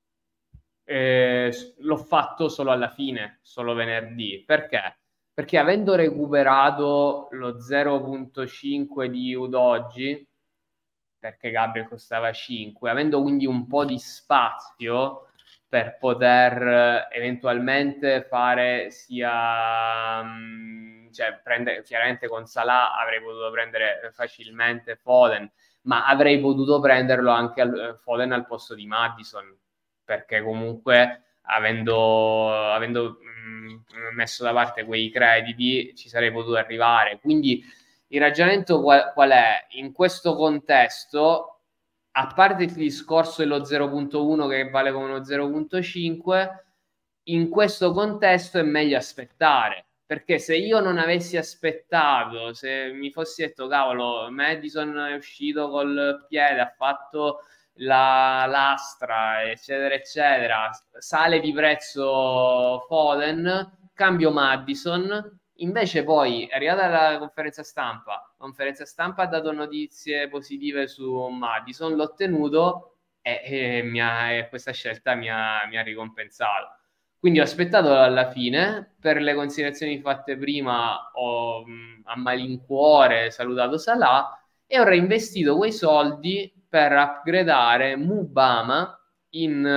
eh, l'ho fatto solo alla fine, solo venerdì. Perché? Perché avendo recuperato lo zero virgola cinque di Udogi, perché Gabriel costava cinque, avendo quindi un po' di spazio per poter eh, eventualmente fare sia mh, cioè prendere, chiaramente con Salah avrei potuto prendere facilmente Foden, ma avrei potuto prenderlo anche al, Foden al posto di Maddison, perché comunque avendo, avendo mh, messo da parte quei crediti ci sarei potuto arrivare. Quindi il ragionamento qual, qual è? In questo contesto, a parte il discorso dello zero virgola uno che vale come uno zero virgola cinque, in questo contesto è meglio aspettare, perché se io non avessi aspettato, se mi fossi detto cavolo, Madison è uscito col piede, ha fatto la lastra, eccetera, eccetera, sale di prezzo Foden, cambio Maddison. Invece poi è arrivata la conferenza stampa, la conferenza stampa ha dato notizie positive su Maddison, l'ho tenuto e, e, mi ha, e questa scelta mi ha, mi ha ricompensato. Quindi ho aspettato alla fine, per le considerazioni fatte prima ho mh, a malincuore salutato Salah e ho reinvestito quei soldi per upgradare Mubama in,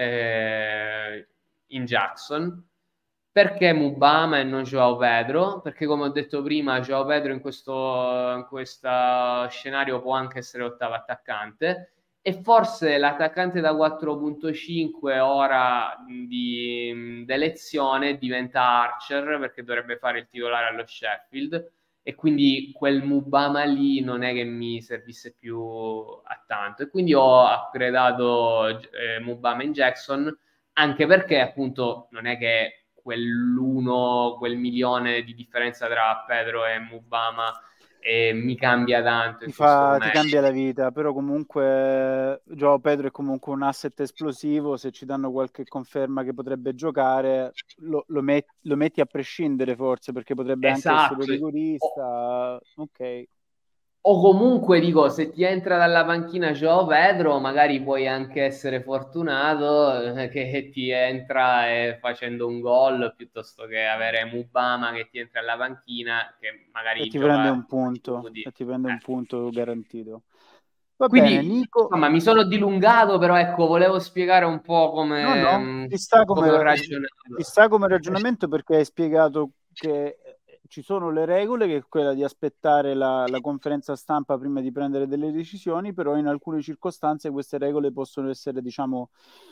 eh, in Jackson. Perché Mubama e non Joao Pedro? Perché come ho detto prima, Joao Pedro in questo, in questo scenario può anche essere ottavo attaccante e forse l'attaccante da quattro virgola cinque ora di d'elezione diventa Archer, perché dovrebbe fare il titolare allo Sheffield e quindi quel Mubama lì non è che mi servisse più a tanto e quindi ho upgradato eh, Mubama in Jackson, anche perché appunto non è che quell'uno, quel milione di differenza tra Pedro e Mubama e mi cambia tanto ti, in questo fa, ti momento. cambia la vita, però comunque Joao Pedro è comunque un asset esplosivo, se ci danno qualche conferma che potrebbe giocare lo, lo, met- lo metti a prescindere forse, perché potrebbe anche essere Esatto. rigorista, ok. O comunque dico, se ti entra dalla panchina Joao Pedro, magari puoi anche essere fortunato eh, che ti entra eh, facendo un gol, piuttosto che avere Mubama che ti entra alla panchina, che magari E ti prende gioca un punto, minuti. e ti prende un Eh. punto garantito. Va bene, Quindi, Nico. insomma, mi sono dilungato, però ecco, volevo spiegare un po' come, No, no, ci sta come, come ho ragionato. ci sta come ragionamento, perché hai spiegato che ci sono le regole, che è quella di aspettare la, la conferenza stampa prima di prendere delle decisioni, però in alcune circostanze queste regole possono essere, diciamo,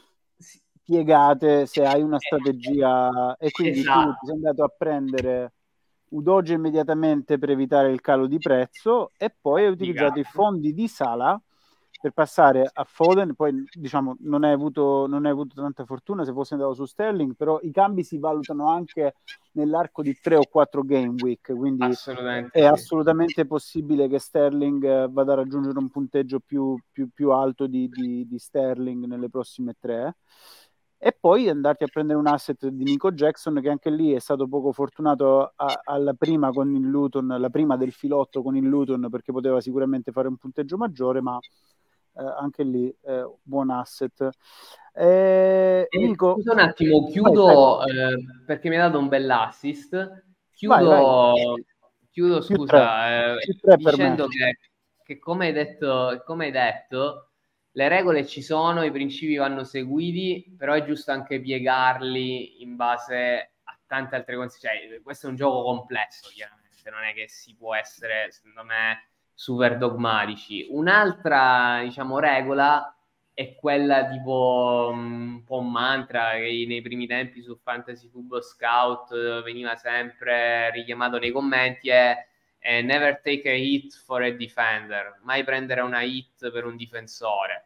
spiegate se hai una strategia, e quindi tu Esatto. ti sei andato a prendere Udoge immediatamente per evitare il calo di prezzo, e poi hai utilizzato i fondi di Salah per passare a Foden. Poi diciamo non hai avuto, non hai avuto tanta fortuna se fosse andato su Sterling, però i cambi si valutano anche nell'arco di tre o quattro game week, quindi assolutamente è sì. assolutamente possibile che Sterling eh, vada a raggiungere un punteggio più, più, più alto di, di, di Sterling nelle prossime tre, e poi andarti a prendere un asset di Nico Jackson, che anche lì è stato poco fortunato a, alla prima con il Luton, la prima del filotto con il Luton, perché poteva sicuramente fare un punteggio maggiore, ma eh, anche lì eh, buon asset. Eh, Eh, Nico, scusa un attimo, chiudo eh, perché mi ha dato un bell'assist. vai, vai, Chiudo, chiudo più tre, scusa, eh, più tre per me. dicendo che, che come hai detto, come hai detto, le regole ci sono, i principi vanno seguiti, però è giusto anche piegarli in base a tante altre considerazioni. Cioè, questo è un gioco complesso, chiaramente, non è che si può essere, secondo me, super dogmatici. Un'altra, diciamo, regola è quella tipo un po' un mantra che nei primi tempi su Fantasy Football Scout veniva sempre richiamato nei commenti, è, è never take a hit for a defender, mai prendere una hit per un difensore.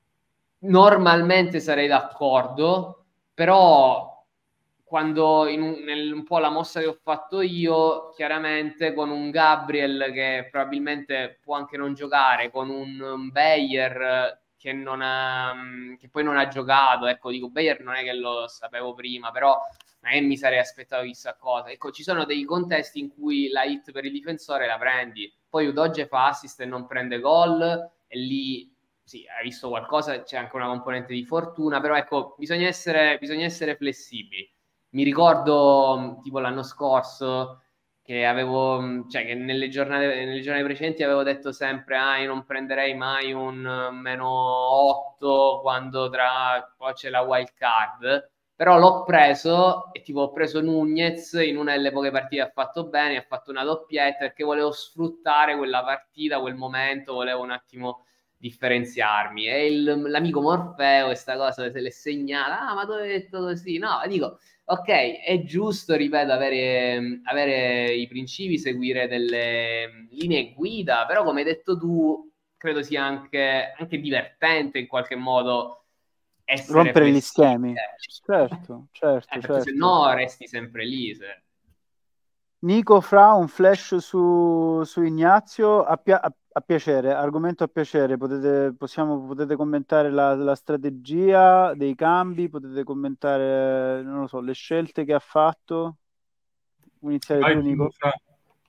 Normalmente sarei d'accordo, però quando in un, nel, un po' la mossa che ho fatto io, chiaramente con un Gabriel che probabilmente può anche non giocare, con un Bayer che non ha, che poi non ha giocato, ecco, dico Bayer non è che lo sapevo prima, però non è che mi sarei aspettato chissà cosa. Ecco, ci sono dei contesti in cui la hit per il difensore la prendi, poi Udoge fa assist e non prende gol, e lì sì, hai visto qualcosa, c'è anche una componente di fortuna, però ecco, bisogna essere, bisogna essere flessibili. Mi ricordo tipo l'anno scorso che avevo, cioè che nelle giornate, nelle giornate precedenti avevo detto sempre ah, io non prenderei mai un meno otto quando tra poi c'è la wild card, però l'ho preso e tipo ho preso Nunez in una delle poche partite ha fatto bene, ha fatto una doppietta perché volevo sfruttare quella partita, quel momento, volevo un attimo differenziarmi. E il, l'amico Morfeo questa cosa se l'è segnala, ah ma tu hai detto così, no, dico ok, è giusto, ripeto, avere, avere i principi, seguire delle linee guida, però come hai detto tu, credo sia anche, anche divertente in qualche modo essere Rompere gli flessibile. schemi, certo, certo, Eh, perché certo. se no resti sempre lì. Se... Nico, fra un flash su, su Ignazio, a, pia- a- a piacere, argomento a piacere, potete, possiamo, potete commentare la, la strategia dei cambi, potete commentare, non lo so, le scelte che ha fatto. Vuoi iniziare Vai tu, tu, Nico? Fra.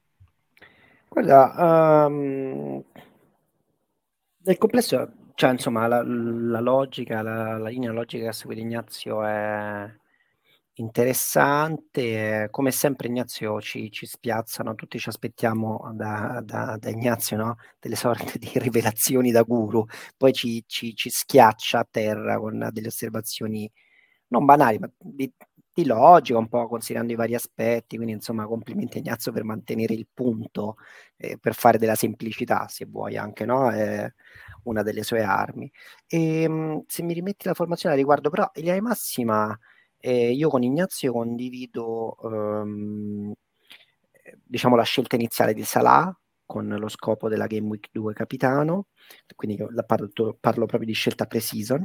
Guarda, ehm, nel complesso, cioè, insomma, la, la logica, la, la linea logica che ha seguito Ignazio è interessante. Come sempre Ignazio ci, ci spiazzano, tutti ci aspettiamo da, da, da Ignazio, no? Delle sorte di rivelazioni da guru, poi ci, ci, ci schiaccia a terra con delle osservazioni non banali, ma di, di logica, un po' considerando i vari aspetti, quindi insomma complimenti a Ignazio per mantenere il punto, eh, per fare della semplicità, se vuoi anche, no? È una delle sue armi. E, mh, se mi rimetti la formazione a riguardo, però, in linea di massima, eh, io con Ignazio condivido ehm, diciamo la scelta iniziale di Salah con lo scopo della Game Week due capitano, quindi la parlo, parlo proprio di scelta pre-season.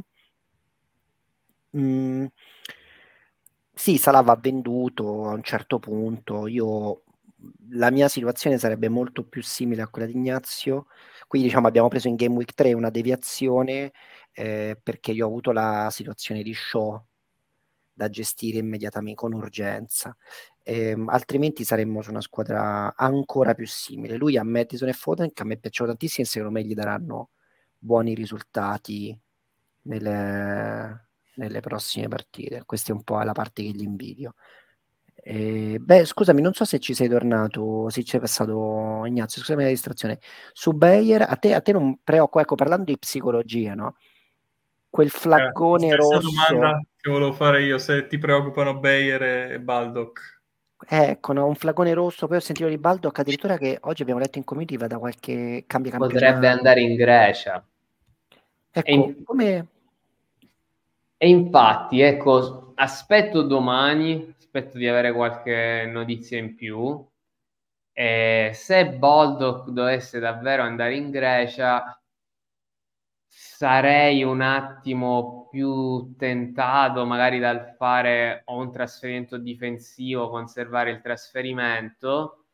Mm, sì, Salah va venduto a un certo punto. Io la mia situazione sarebbe molto più simile a quella di Ignazio, quindi diciamo abbiamo preso in Game Week tre una deviazione eh, perché io ho avuto la situazione di Shaw da gestire immediatamente con urgenza. Eh, altrimenti saremmo su una squadra ancora più simile. Lui ha Maddison e Foden, che a me piacciono tantissimo e secondo me gli daranno buoni risultati nelle, nelle prossime partite. Questa è un po' la parte che gli invidio. Eh, beh, scusami, non so se ci sei tornato, se ci è passato Ignazio, scusami la distrazione. Su Bayer, a te, a te non preoccupa, ecco, parlando di psicologia, no? Quel flaccone eh, stessa rosso. domanda che volevo fare io, se ti preoccupano Bayer e Baldock. Ecco, no, un flacone rosso, poi ho sentito di Baldock addirittura che oggi abbiamo letto in community va da qualche cambia campionato. Potrebbe andare in Grecia. Ecco, E, in... come... e infatti, ecco, aspetto domani, aspetto di avere qualche notizia in più. E se Baldock dovesse davvero andare in Grecia, sarei un attimo più tentato magari dal fare o un trasferimento difensivo, conservare il trasferimento,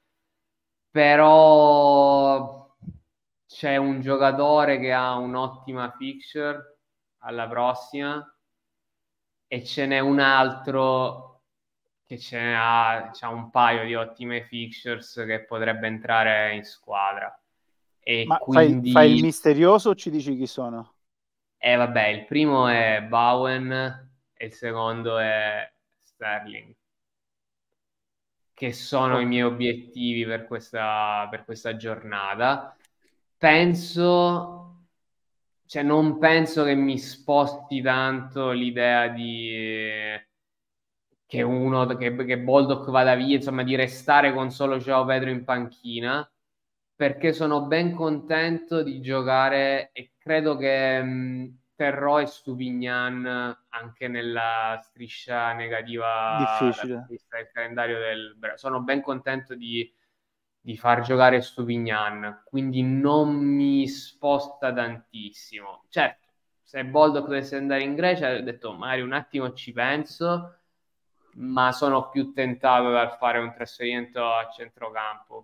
però c'è un giocatore che ha un'ottima fixture alla prossima e ce n'è un altro che ce ne ha, c'ha un paio di ottime fixtures che potrebbe entrare in squadra. E Ma quindi... fai, fai il misterioso o ci dici chi sono? Eh vabbè, il primo è Bowen e il secondo è Sterling, che sono Ok. i miei obiettivi per questa, per questa giornata. Penso, cioè non penso che mi sposti tanto l'idea di che uno, che, che Baldock vada via, insomma, di restare con solo João Pedro in panchina, perché sono ben contento di giocare e credo che mh, terrò e Stupignan anche nella striscia negativa dal punto Difficile. di vista del calendario del... sono ben contento di, di far giocare Stupignan, quindi non mi sposta tantissimo. Certo, se Baldock dovesse andare in Grecia ho detto magari un attimo ci penso, ma sono più tentato dal fare un trasferimento a centrocampo.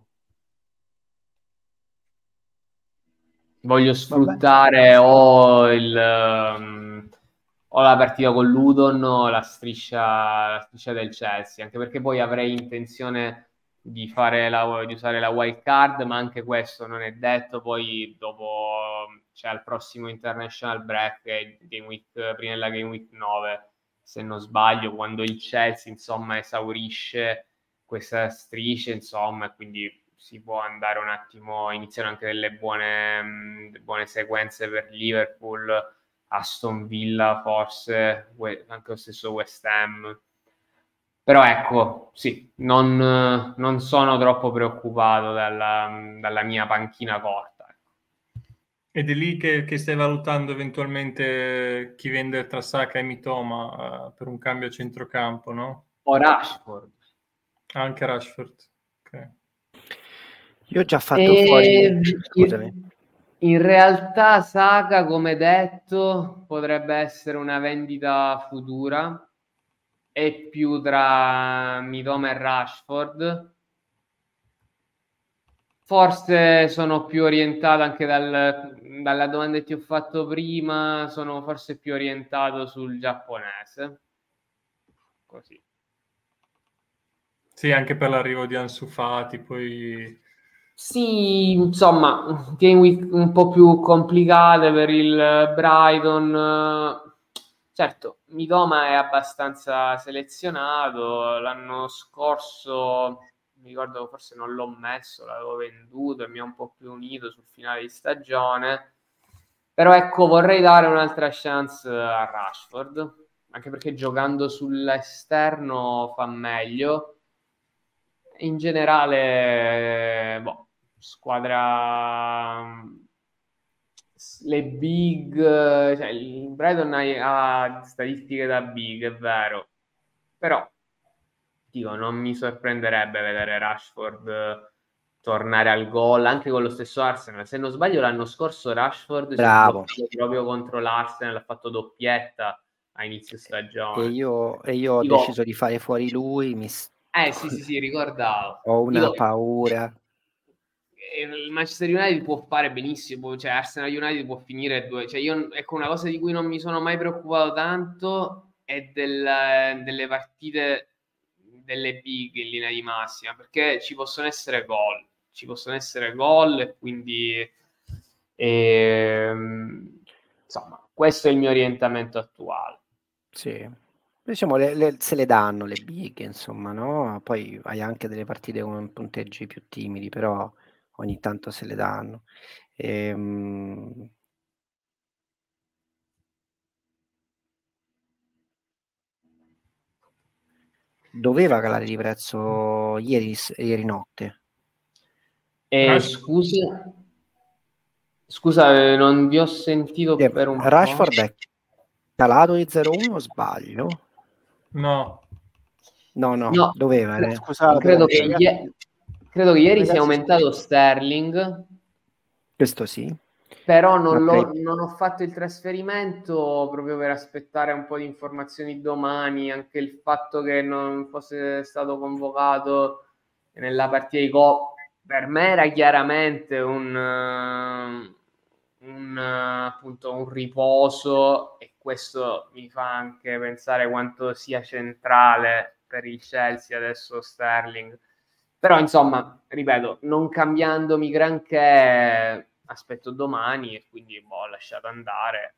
Voglio sfruttare o il um, o la partita con Ludon o la striscia, la striscia del Chelsea, anche perché poi avrei intenzione di fare la, di usare la wild card, ma anche questo non è detto. Poi dopo c'è il prossimo international break, game week, prima della game week nove, se non sbaglio, quando il Chelsea insomma esaurisce questa striscia, insomma, quindi si può andare un attimo, iniziano anche delle buone, mh, buone sequenze per Liverpool, Aston Villa forse, anche lo stesso West Ham. Però ecco, sì, non, non sono troppo preoccupato dalla, dalla mia panchina corta. Ed è lì che, che stai valutando eventualmente chi vendere tra Saka e Mitoma uh, per un cambio a centrocampo, no? O Rashford. Anche Rashford, ok. Io ho già fatto e... fuori... Scusami. In, in realtà Saka, come detto, potrebbe essere una vendita futura, è più tra Mitoma e Rashford. Forse sono più orientato anche dal, dalla domanda che ti ho fatto prima, sono forse più orientato sul giapponese. Così. Sì, anche per l'arrivo di Ansu Fati, poi... Sì, insomma, game week un po' più complicate per il Brighton. Certo, Mitoma è abbastanza selezionato. L'anno scorso, mi ricordo che forse non l'ho messo, l'avevo venduto e mi ha un po' più unito sul finale di stagione. Però ecco, vorrei dare un'altra chance a Rashford, anche perché giocando sull'esterno fa meglio. In generale, boh, squadra, le big, cioè il Brighton ha, ha statistiche da big, è vero, però dico, non mi sorprenderebbe vedere Rashford tornare al gol anche con lo stesso Arsenal. Se non sbaglio l'anno scorso Rashford Bravo. si è proprio contro l'Arsenal, ha fatto doppietta a inizio stagione. E io, e io ho dico, deciso di fare fuori lui, mi, Eh sì, sì, sì, ricordavo. Ho una Dico, paura. il Manchester United può fare benissimo, cioè Arsenal United può finire due, cioè io, ecco, una cosa di cui non mi sono mai preoccupato tanto è del, delle partite delle big in linea di massima, perché ci possono essere gol, ci possono essere gol e quindi ehm, insomma, questo è il mio orientamento attuale. Sì. Diciamo, le, le- se le danno le big, insomma, no? Poi hai anche delle partite con punteggi più timidi, però ogni tanto se le danno. Ehm, Doveva calare di prezzo ieri, ieri notte. E Rashford. scusa, scusa, eh, non vi ho sentito Eh, per un Rashford po'. è calato di zero virgola uno, sbaglio? No. No, no, No, doveva. cre- eh. Scusate, credo che, ragazzi, ie- credo che ieri sia ragazzi, aumentato Sterling, Questo sì, però ma non, tra i- l'ho- non ho fatto il trasferimento proprio per aspettare un po' di informazioni domani, anche il fatto che non fosse stato convocato nella partita di Coppa, per me era chiaramente un, eh, un, eh, appunto, un riposo, e questo mi fa anche pensare quanto sia centrale per il Chelsea adesso Sterling. Però insomma, ripeto, non cambiandomi granché, aspetto domani e quindi boh, ho lasciato andare.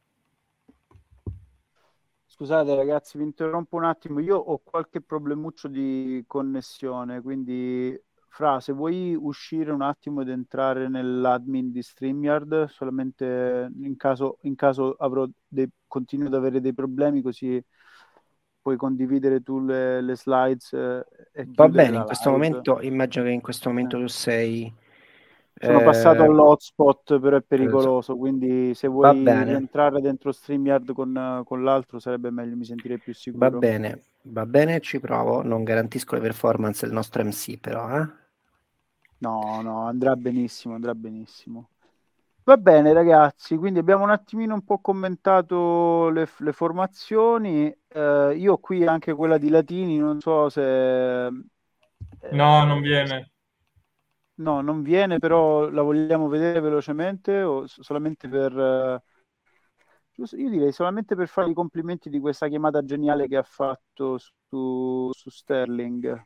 scusate ragazzi, vi interrompo un attimo. Io ho qualche problemuccio di connessione, quindi Fra, se vuoi uscire un attimo ed entrare nell'admin di StreamYard, solamente in caso, in caso avrò dei, continuo ad avere dei problemi, così puoi condividere tu le, le slides eh, e va chiudere bene, in la questo live. momento, immagino che in questo momento Eh. tu sei... Sono passato eh, all'hotspot, però è pericoloso, quindi se va vuoi bene, rientrare dentro StreamYard con, con l'altro sarebbe meglio, mi sentirei più va sicuro. bene, va bene, ci provo. Non garantisco le performance del nostro M C, però, eh? No, no, andrà benissimo, andrà benissimo. Va bene, ragazzi, quindi abbiamo un attimino un po' commentato le, le formazioni. Eh, io ho qui anche quella di Latini, non so se... eh, No, non viene. No, non viene, però la vogliamo vedere velocemente o s- solamente per... eh, giusto- io direi solamente per fare i complimenti di questa chiamata geniale che ha fatto su, su Sterling.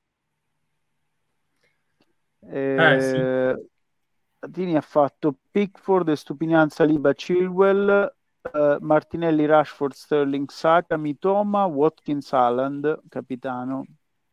Eh sì. Eh, Latini ha fatto Pickford, Stupinian, Liba, Chilwell, eh, Martinelli, Rashford, Sterling, Saka, Mitoma, Watkins, Haaland, capitano.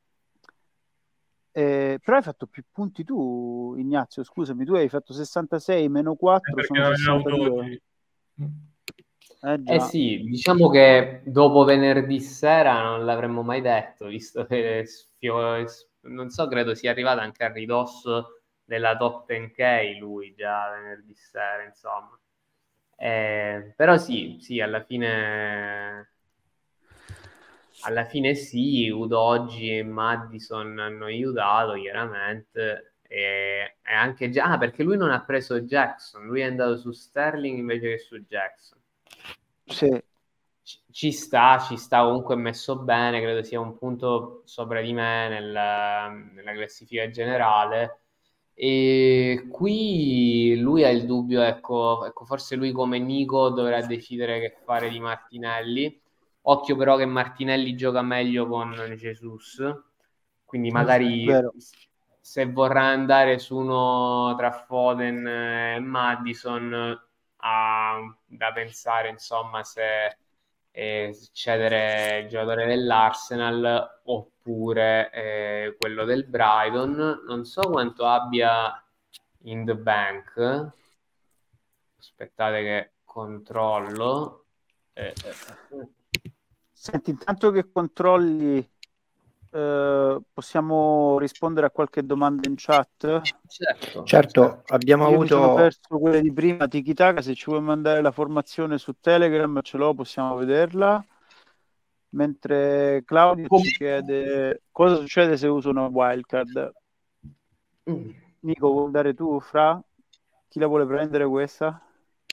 Eh, però hai fatto più punti tu, Ignazio, scusami, tu hai fatto sessantasei meno È quattro, perché sono non era sessantadue. Udogi. Eh Eh già, sì, diciamo che dopo venerdì sera non l'avremmo mai detto, visto che sfio- non so, credo sia arrivato anche a ridosso della top dieci K lui già venerdì sera, insomma. Eh, però sì, sì, alla fine alla fine sì, Udogi e Maddison hanno aiutato chiaramente, e, e anche già ah, perché lui non ha preso Jackson, lui è andato su Sterling invece che su Jackson. sì. Ci, ci sta, ci sta comunque messo bene, credo sia un punto sopra di me nella, nella classifica generale. E qui lui ha il dubbio, ecco, ecco, forse lui come Nico dovrà decidere che fare di Martinelli. Occhio però che Martinelli gioca meglio con Jesus, quindi magari Vero. se vorrà andare su uno tra Foden e Maddison ha da pensare, insomma, se eh, cedere il giocatore dell'Arsenal oppure eh, quello del Brighton. Non so quanto abbia in the bank. Aspettate che controllo. Eh, eh, eh. Senti, intanto che controlli, eh, possiamo rispondere a qualche domanda in chat? Certo, Certo, certo. abbiamo Io mi sono avuto... perso quelle di prima, Tiki Taka, se ci vuoi mandare la formazione su Telegram ce l'ho, possiamo vederla. Mentre Claudio Com- ci chiede cosa succede se uso una wildcard. Mm. Nico, vuoi dare tu, Fra? Chi la vuole prendere questa?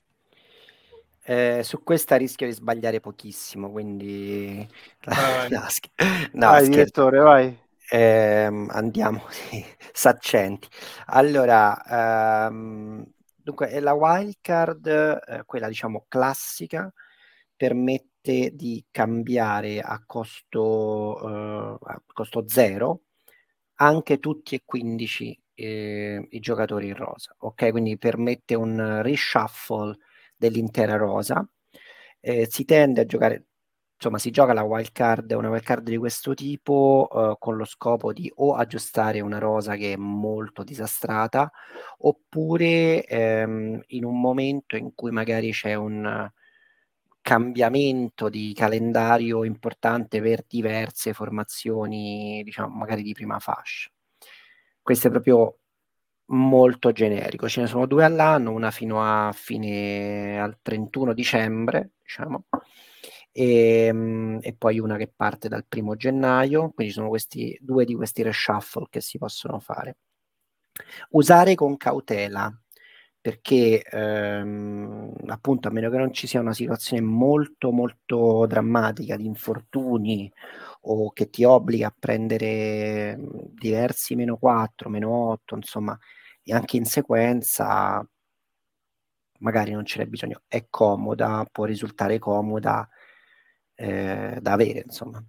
Eh, su questa rischio di sbagliare pochissimo, quindi Vai, vai. no, sch- no, Vai, scherzo. direttore, vai. ehm, andiamo, sì, saccenti. Allora, ehm, dunque, la wildcard, eh, quella diciamo classica, permette di cambiare a costo, eh, a costo zero anche tutti e quindici eh, i giocatori in rosa, ok? Quindi permette un reshuffle dell'intera rosa. Eh, si tende a giocare, insomma, si gioca la wild card, una wild card di questo tipo eh, con lo scopo di o aggiustare una rosa che è molto disastrata, oppure ehm, in un momento in cui magari c'è un cambiamento di calendario importante per diverse formazioni, diciamo, magari di prima fascia. Questo è proprio molto generico. Ce ne sono due all'anno, una fino a fine al trentuno dicembre, diciamo, e, e poi una che parte dal primo gennaio. Quindi ci sono questi due di questi reshuffle che si possono fare. Usare con cautela, perché ehm, appunto a meno che non ci sia una situazione molto molto drammatica di infortuni o che ti obbliga a prendere mh, diversi meno quattro, meno otto, insomma, e anche in sequenza, magari non ce n'è bisogno. È comoda, può risultare comoda eh, da avere, insomma.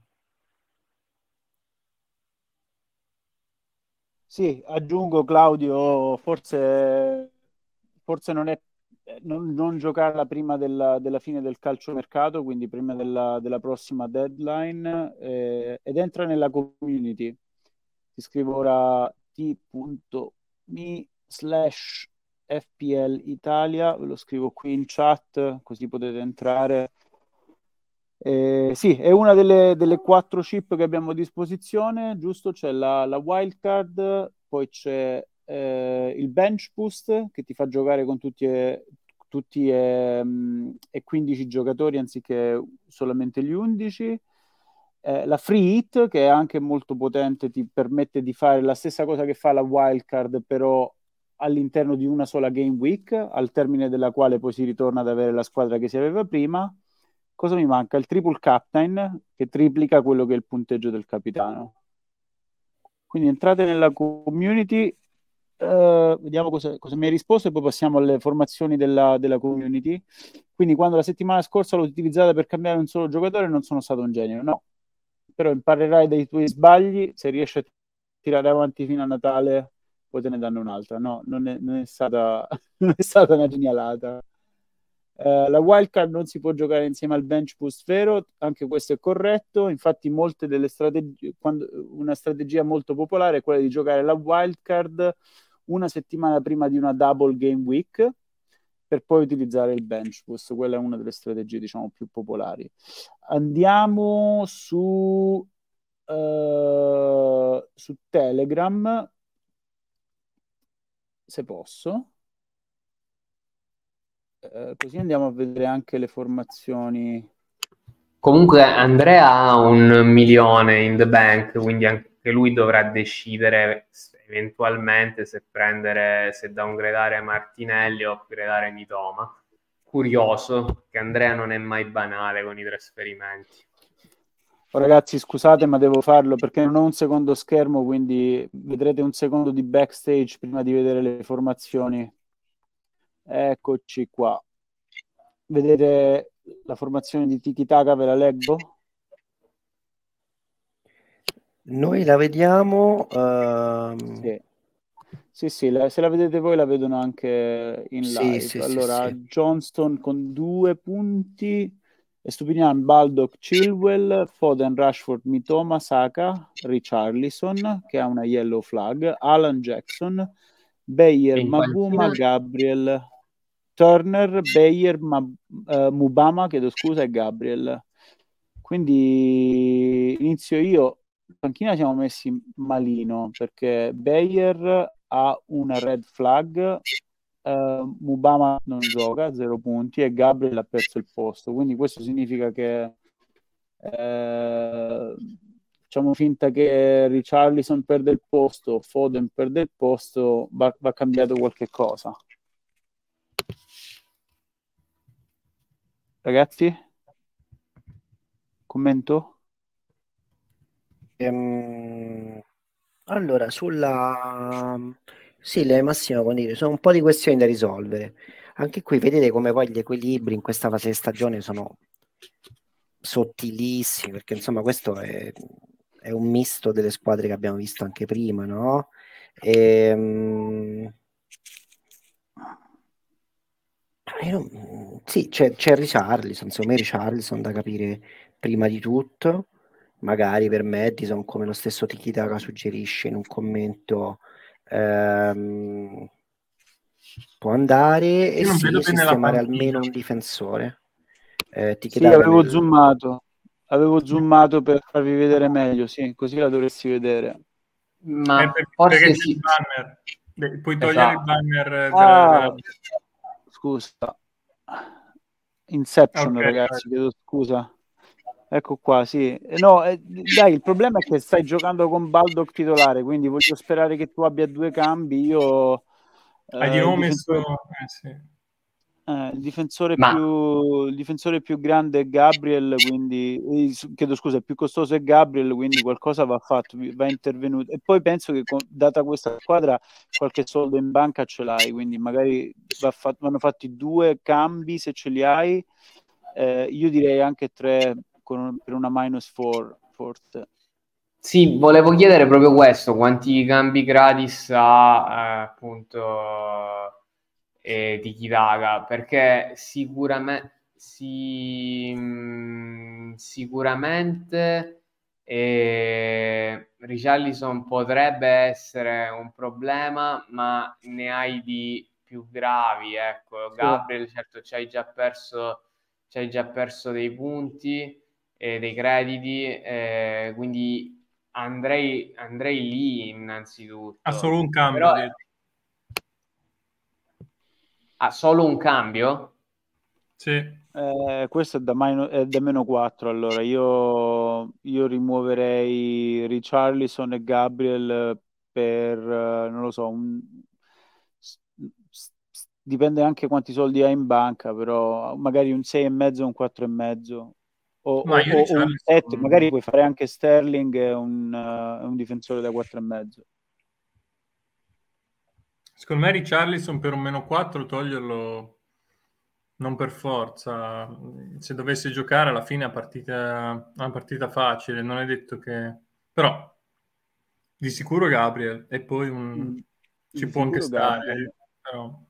Sì, aggiungo Claudio, forse, forse non è non, non giocarla prima della, della fine del calciomercato, quindi prima della, della prossima deadline, eh, ed entra nella community. Ti scrivo ora t.me slash FPL Italia, ve lo scrivo qui in chat, così potete entrare. Eh, sì, è una delle, delle quattro chip che abbiamo a disposizione, giusto? C'è la, la wildcard, poi c'è eh, il bench boost che ti fa giocare con tutti e, tutti e, mm, e quindici giocatori anziché solamente gli undici. Eh, la free hit che è anche molto potente, ti permette di fare la stessa cosa che fa la wildcard, però all'interno di una sola game week, al termine della quale poi si ritorna ad avere la squadra che si aveva prima. Cosa mi manca? Il triple captain che triplica quello che è il punteggio del capitano. Quindi entrate nella community, eh, vediamo cosa, cosa mi hai risposto e poi passiamo alle formazioni della, della community. Quindi quando la settimana scorsa l'ho utilizzata per cambiare un solo giocatore non sono stato un genio, no. Però imparerai dai tuoi sbagli, se riesci a tirare avanti fino a Natale poi te ne danno un'altra. No, non è, non è stata, non è stata una genialata. Uh, la wildcard non si può giocare insieme al bench boost, vero? Anche questo è corretto. Infatti, molte delle strategie, quando, una strategia molto popolare è quella di giocare la wildcard una settimana prima di una double game week per poi utilizzare il bench boost. Quella è una delle strategie, diciamo, più popolari. Andiamo su, uh, su Telegram, se posso. Uh, così andiamo a vedere anche le formazioni. Comunque Andrea ha un milione in the bank, quindi anche lui dovrà decidere eventualmente se prendere, se downgradare Martinelli o upgradare Mitoma. Curioso, che Andrea non è mai banale con i trasferimenti. Oh, ragazzi, scusate, ma devo farlo perché non ho un secondo schermo, quindi vedrete un secondo di backstage prima di vedere le formazioni. Eccoci qua. Vedete la formazione di Tiki Taka, ve la leggo? Noi la vediamo. Uh... Sì. Sì, sì, la, se la vedete voi la vedono anche in Sì, live. sì, sì, Allora, sì. Johnston con due punti, Estupinian, Baldock, Chilwell, Foden, Rashford, Mitoma, Saka, Richarlison, che ha una yellow flag, Alan Jackson, Bayer, Mabuma, Gabriel, Turner, Bayer, Ma, uh, Mubama, chiedo scusa, e Gabriel. Quindi inizio io. In panchina siamo messi malino perché Bayer ha una red flag, uh, Mubama non gioca, zero punti e Gabriel ha perso il posto. Quindi questo significa che eh, facciamo finta che Richarlison perde il posto, Foden perde il posto, va, va cambiato qualche cosa. Ragazzi? Commento? Ehm, Allora, sulla... Sì, le massimo condivide, sono un po' di questioni da risolvere. Anche qui vedete come poi gli equilibri in questa fase di stagione sono sottilissimi, perché insomma questo è, è un misto delle squadre che abbiamo visto anche prima, no? Ehm, io non- Sì, c'è, c'è Richarlison, secondo me Richarlison da capire prima di tutto, magari per Madison, come lo stesso Tiki-Taka suggerisce in un commento, ehm, può andare e Io non vedo sì, bene la sistemare panchina. almeno un difensore. Eh, Sì, Tiki-Taka avevo nel... zoomato. Avevo zoomato per farvi vedere meglio, sì, così la dovresti vedere. Ma Eh, perché, perché forse c'è il sì, banner. De- Puoi togliere il esatto. banner della, Ah, della... scusa. Inception, Ok, vai. ragazzi, chiedo scusa. Ecco qua, sì. Eh, No, eh, dai, il problema è che stai giocando con Baldock titolare, quindi voglio sperare che tu abbia due cambi. Io, Hai di eh, il nuovo messo... difensore, Eh, sì. eh, il difensore Ma più, il difensore più grande è Gabriel, quindi, eh, s- chiedo scusa, il più costoso è Gabriel, quindi qualcosa va fatto, vi- va intervenuto. E poi penso che, con- data questa squadra, qualche soldo in banca ce l'hai, quindi magari va fatto- vanno fatti due cambi se ce li hai. Eh, io direi anche tre con un- per una minus four, forse. sì, volevo chiedere proprio questo, quanti cambi gratis ha eh, appunto eh, Tiki-Taka, perché sicuramente si, mh, sicuramente eh, Richarlison potrebbe essere un problema, ma ne hai di più gravi, ecco. Sì. Gabriel, certo, ci hai già perso, ci hai già perso dei punti e dei crediti, eh, quindi andrei, andrei lì Ha innanzitutto. solo un cambio, Però ha detto. ha solo un cambio? Sì. Eh, questo è da, mino- è da meno quattro, allora io, io rimuoverei Richarlison e Gabriel per, eh, non lo so, un- s- s- s- dipende anche quanti soldi hai in banca, però magari un sei e mezzo o un quattro e mezzo o, Ma o- io o- o un sette, Richarlison... magari puoi fare anche Sterling e un, eh, un difensore da quattro e mezzo. Secondo me Richarlison per un meno quattro toglierlo non per forza. Se dovesse giocare alla fine a partita, una partita facile, non è detto che... Però di sicuro Gabriel e poi un... Mm, ci di può anche sicuro stare, Gabriel. eh, però...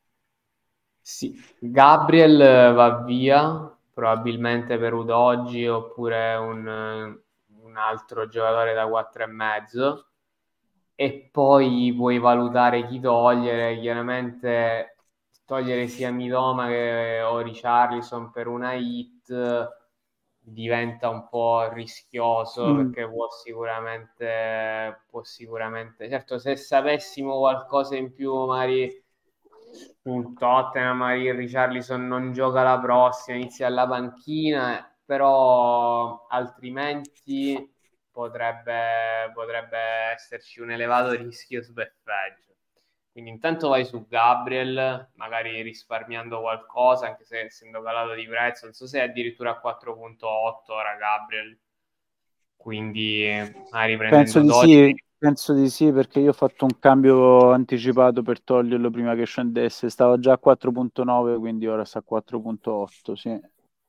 Sì, Gabriel eh, va via, probabilmente per Udogi oppure un, eh, un altro giocatore da quattro e mezzo. E poi puoi valutare chi togliere, chiaramente togliere sia Mitoma che o Richarlison per una hit diventa un po' rischioso Mm. perché può sicuramente, può sicuramente, certo se sapessimo qualcosa in più magari sul Tottenham, magari Richarlison non gioca la prossima, inizia alla panchina, però altrimenti potrebbe, potrebbe esserci un elevato rischio sbeffeggio. Quindi intanto vai su Gabriel, magari risparmiando qualcosa, anche se essendo calato di prezzo, non so se è addirittura a quattro virgola otto ora Gabriel, quindi magari Penso prendendo di dodici. sì, penso di sì, perché io ho fatto un cambio anticipato per toglierlo prima che scendesse. Stava già a quattro virgola nove, quindi ora sta a quattro virgola otto, sì.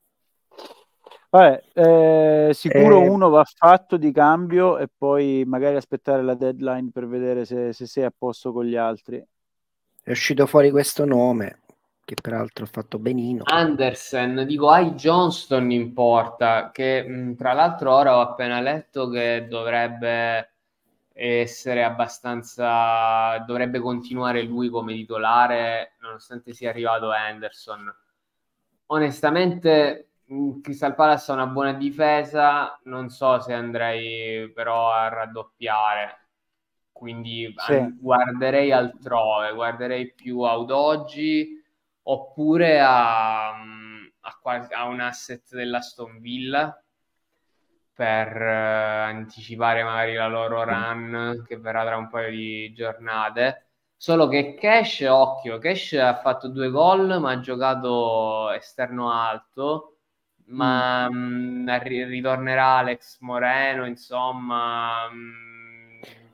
Vabbè, eh, sicuro Eh, uno va fatto di cambio e poi magari aspettare la deadline per vedere se, se sei a posto con gli altri. è uscito fuori questo nome, che peraltro ha fatto benino. Andersen, dico, hai Johnston in porta, che mh, tra l'altro ora ho appena letto che dovrebbe essere abbastanza, dovrebbe continuare lui come titolare, nonostante sia arrivato Anderson. Onestamente, mh, Crystal Palace ha una buona difesa, non so se andrei però a raddoppiare, quindi Sì, an- guarderei altrove, guarderei più a Udogi oppure a, a, qual- a un asset dell'Aston Villa per eh, anticipare magari la loro run che verrà tra un paio di giornate. Solo che Cash, occhio, Cash ha fatto due gol, ma ha giocato esterno alto. Ma mh, ri- ritornerà Alex Moreno, insomma, mh,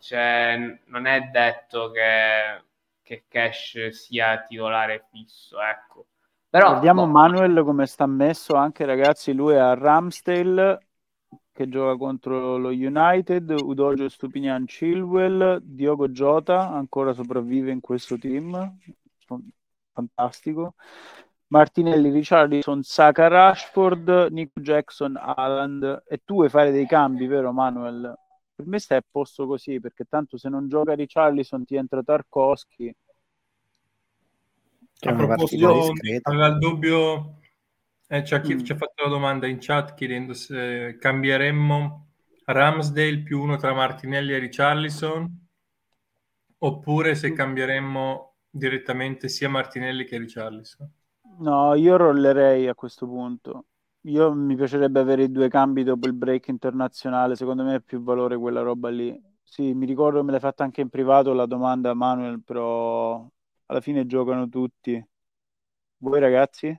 cioè, non è detto che, che Cash sia titolare fisso, ecco. Però, Guardiamo boh, Manuel come sta messo, anche ragazzi, lui è a Ramsdale che gioca contro lo United, Udojo Stupinian Chilwell, Diogo Jota ancora sopravvive in questo team, fantastico. Martinelli, Richarlison, Saka, Rashford, Nico Jackson, Haaland. E tu vuoi fare dei cambi, vero Manuel? Per me stai a posto così, perché tanto se non gioca Richarlison ti entra Tarkovsky. Che è A una partita proposito, discreta. aveva il dubbio, eh, c'è chi Mm. ci ha fatto la domanda in chat chiedendo se cambieremmo Ramsdale più uno tra Martinelli e Richarlison, oppure se Mm. cambieremmo direttamente sia Martinelli che Richarlison. No, io rollerei a questo punto. Io mi piacerebbe avere i due cambi dopo il break internazionale, secondo me è più valore quella roba lì. Sì, mi ricordo che me l'hai fatta anche in privato la domanda, Manuel, però alla fine giocano tutti. Voi ragazzi?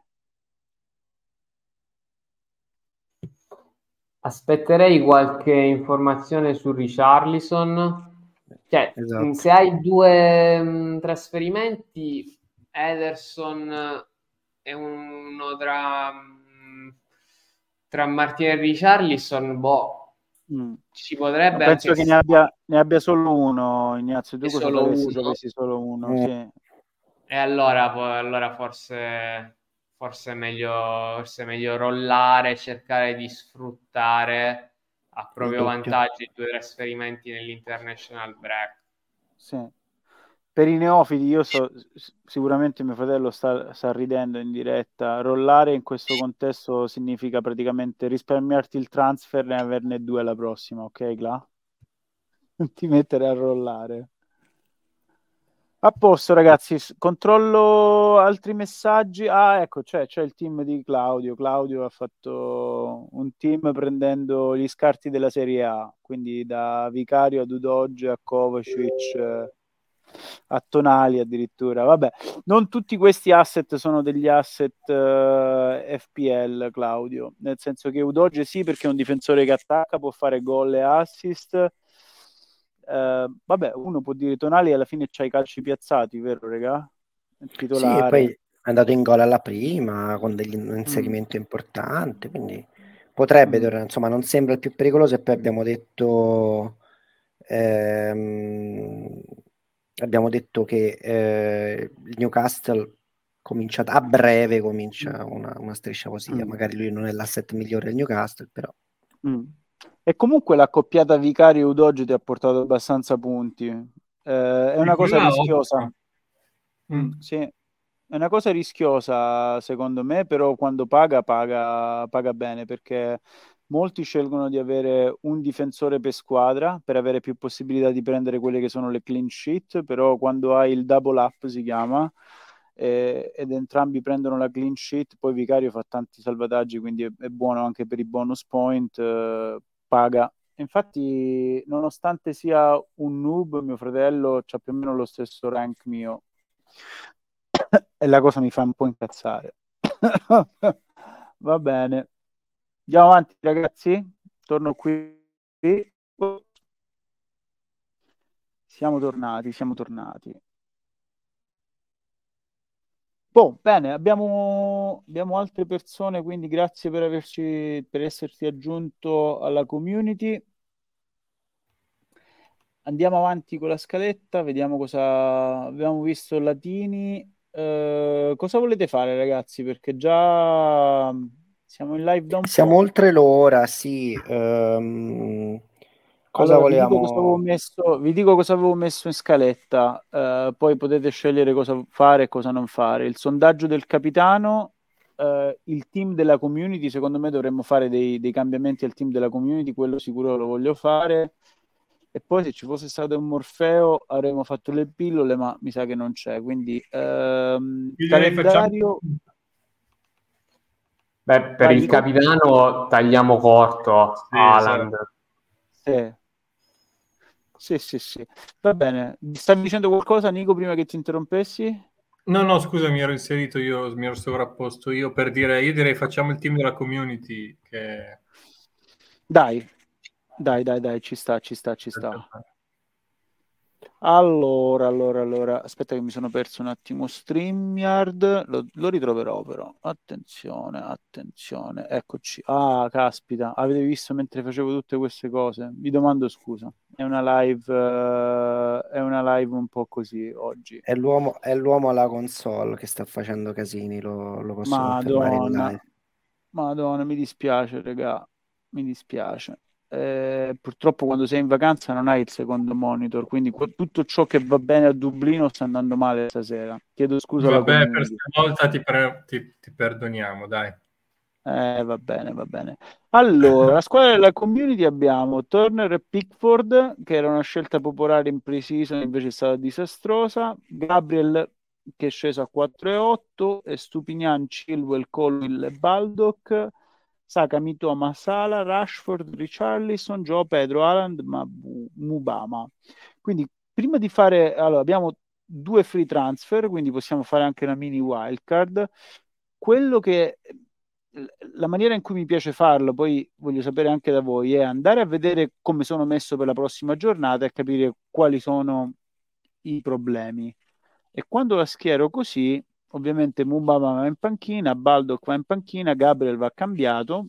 aspetterei qualche informazione su Richarlison. Cioè, Esatto. se hai due mh, trasferimenti, Ederson è uno tra, mh, tra Martinelli e Richarlison, boh, Mm. ci potrebbe Ma penso anche che ne stare abbia, ne abbia solo uno, Ignazio. Tu cosa solo faresti se uno. avessi solo uno? Mm. Sì. E allora, poi, allora forse, forse, è meglio, forse è meglio rollare e cercare di sfruttare a proprio doppio. vantaggio i due trasferimenti nell'international break. Sì. Per i neofiti, io so, sicuramente mio fratello sta, sta ridendo in diretta. Rollare in questo contesto significa praticamente risparmiarti il transfer e averne due alla prossima, ok, Gla? Non ti mettere a rollare. A posto, ragazzi. Controllo altri messaggi. Ah, ecco, c'è, c'è il team di Claudio. Claudio ha fatto un team prendendo gli scarti della Serie A, quindi da Vicario ad Udoge a Kovacic, eh, a Tonali addirittura. Vabbè, non tutti questi asset sono degli asset eh, F P L, Claudio, nel senso che Udoge sì, perché è un difensore che attacca, può fare gol e assist. Uh, vabbè, uno può dire Tonali alla fine c'ha i calci piazzati, vero, regà? Il Sì, e titolare. poi è andato in gol alla prima con degli- un inserimento mm. importante, quindi potrebbe, mm. insomma, non sembra il più pericoloso. E poi abbiamo detto ehm, abbiamo detto che eh, il Newcastle comincia a breve, comincia una, una striscia così, mm. magari lui non è l'asset migliore del Newcastle, però mm. E comunque l'accoppiata Vicario Udoge ti ha portato abbastanza punti. Eh, è una cosa rischiosa. Mm, sì, è una cosa rischiosa secondo me, però quando paga, paga, paga bene, perché molti scelgono di avere un difensore per squadra per avere più possibilità di prendere quelle che sono le clean sheet, però quando hai il double up si chiama, eh, ed entrambi prendono la clean sheet, poi Vicario fa tanti salvataggi, quindi è, è buono anche per i bonus point, eh, paga. Infatti, nonostante sia un noob, mio fratello ha più o meno lo stesso rank mio. E la cosa mi fa un po' incazzare. Va bene. Andiamo avanti, ragazzi. Torno qui. Siamo tornati, siamo tornati. Boh, bene, abbiamo, abbiamo altre persone, quindi grazie per averci, per esserti aggiunto alla community. Andiamo avanti con la scaletta, vediamo cosa abbiamo visto. Latini. Eh, cosa volete fare, ragazzi? Perché già siamo in live da un siamo po'. oltre l'ora, sì. Um, cosa allora, volevamo? Vi dico cosa avevo messo, vi dico cosa avevo messo in scaletta, eh, poi potete scegliere cosa fare e cosa non fare. Il sondaggio del capitano, eh, il team della community. Secondo me dovremmo fare dei, dei cambiamenti al team della community, quello sicuro lo voglio fare. E poi se ci fosse stato un Morfeo avremmo fatto le pillole, ma mi sa che non c'è. Quindi ehm, calendario. Facciamo... Beh, per Vai, il Nico. capitano tagliamo corto sì, Haaland. Sì. sì, sì, sì. Va bene. Stavi dicendo qualcosa, Nico, prima che ti interrompessi? No, no, scusa, mi ero inserito io, mi ero sovrapposto io per dire, io direi facciamo il team della community. Che... Dai, dai, dai, dai, ci sta, ci sta, ci sta. Allora, allora, allora, aspetta che mi sono perso un attimo StreamYard, lo, lo ritroverò però. Attenzione, attenzione, eccoci. Ah, caspita, avete visto mentre facevo tutte queste cose? Vi domando scusa. È una live, eh, è una live un po' così oggi. È l'uomo, è l'uomo alla console che sta facendo casini, lo, lo posso confermare in Madonna, live. Madonna, mi dispiace, regà, mi dispiace. Eh, purtroppo quando sei in vacanza non hai il secondo monitor, quindi que- tutto ciò che va bene a Dublino sta andando male stasera. Chiedo scusa alla Vabbè, per community. stavolta ti, pre- ti- ti perdoniamo, dai. Eh, va bene, va bene. Allora, la squadra della community abbiamo Turner e Pickford, che era una scelta popolare in pre-season, invece è stata disastrosa. Gabriel, che è sceso a quattro e otto, e Stupinian, Chilwell, Colwill e Baldock. Saka, Mitoma, Sala, Rashford, Richarlison, Joe Pedro, Haaland, Mabu- Mubama. Quindi, prima di fare... Allora, abbiamo due free transfer, quindi possiamo fare anche una mini wildcard. Quello che la maniera in cui mi piace farlo, poi voglio sapere anche da voi, è andare a vedere come sono messo per la prossima giornata e capire quali sono i problemi. E quando la schiero così, ovviamente Mubama va in panchina, Baldock va in panchina, Gabriel va cambiato.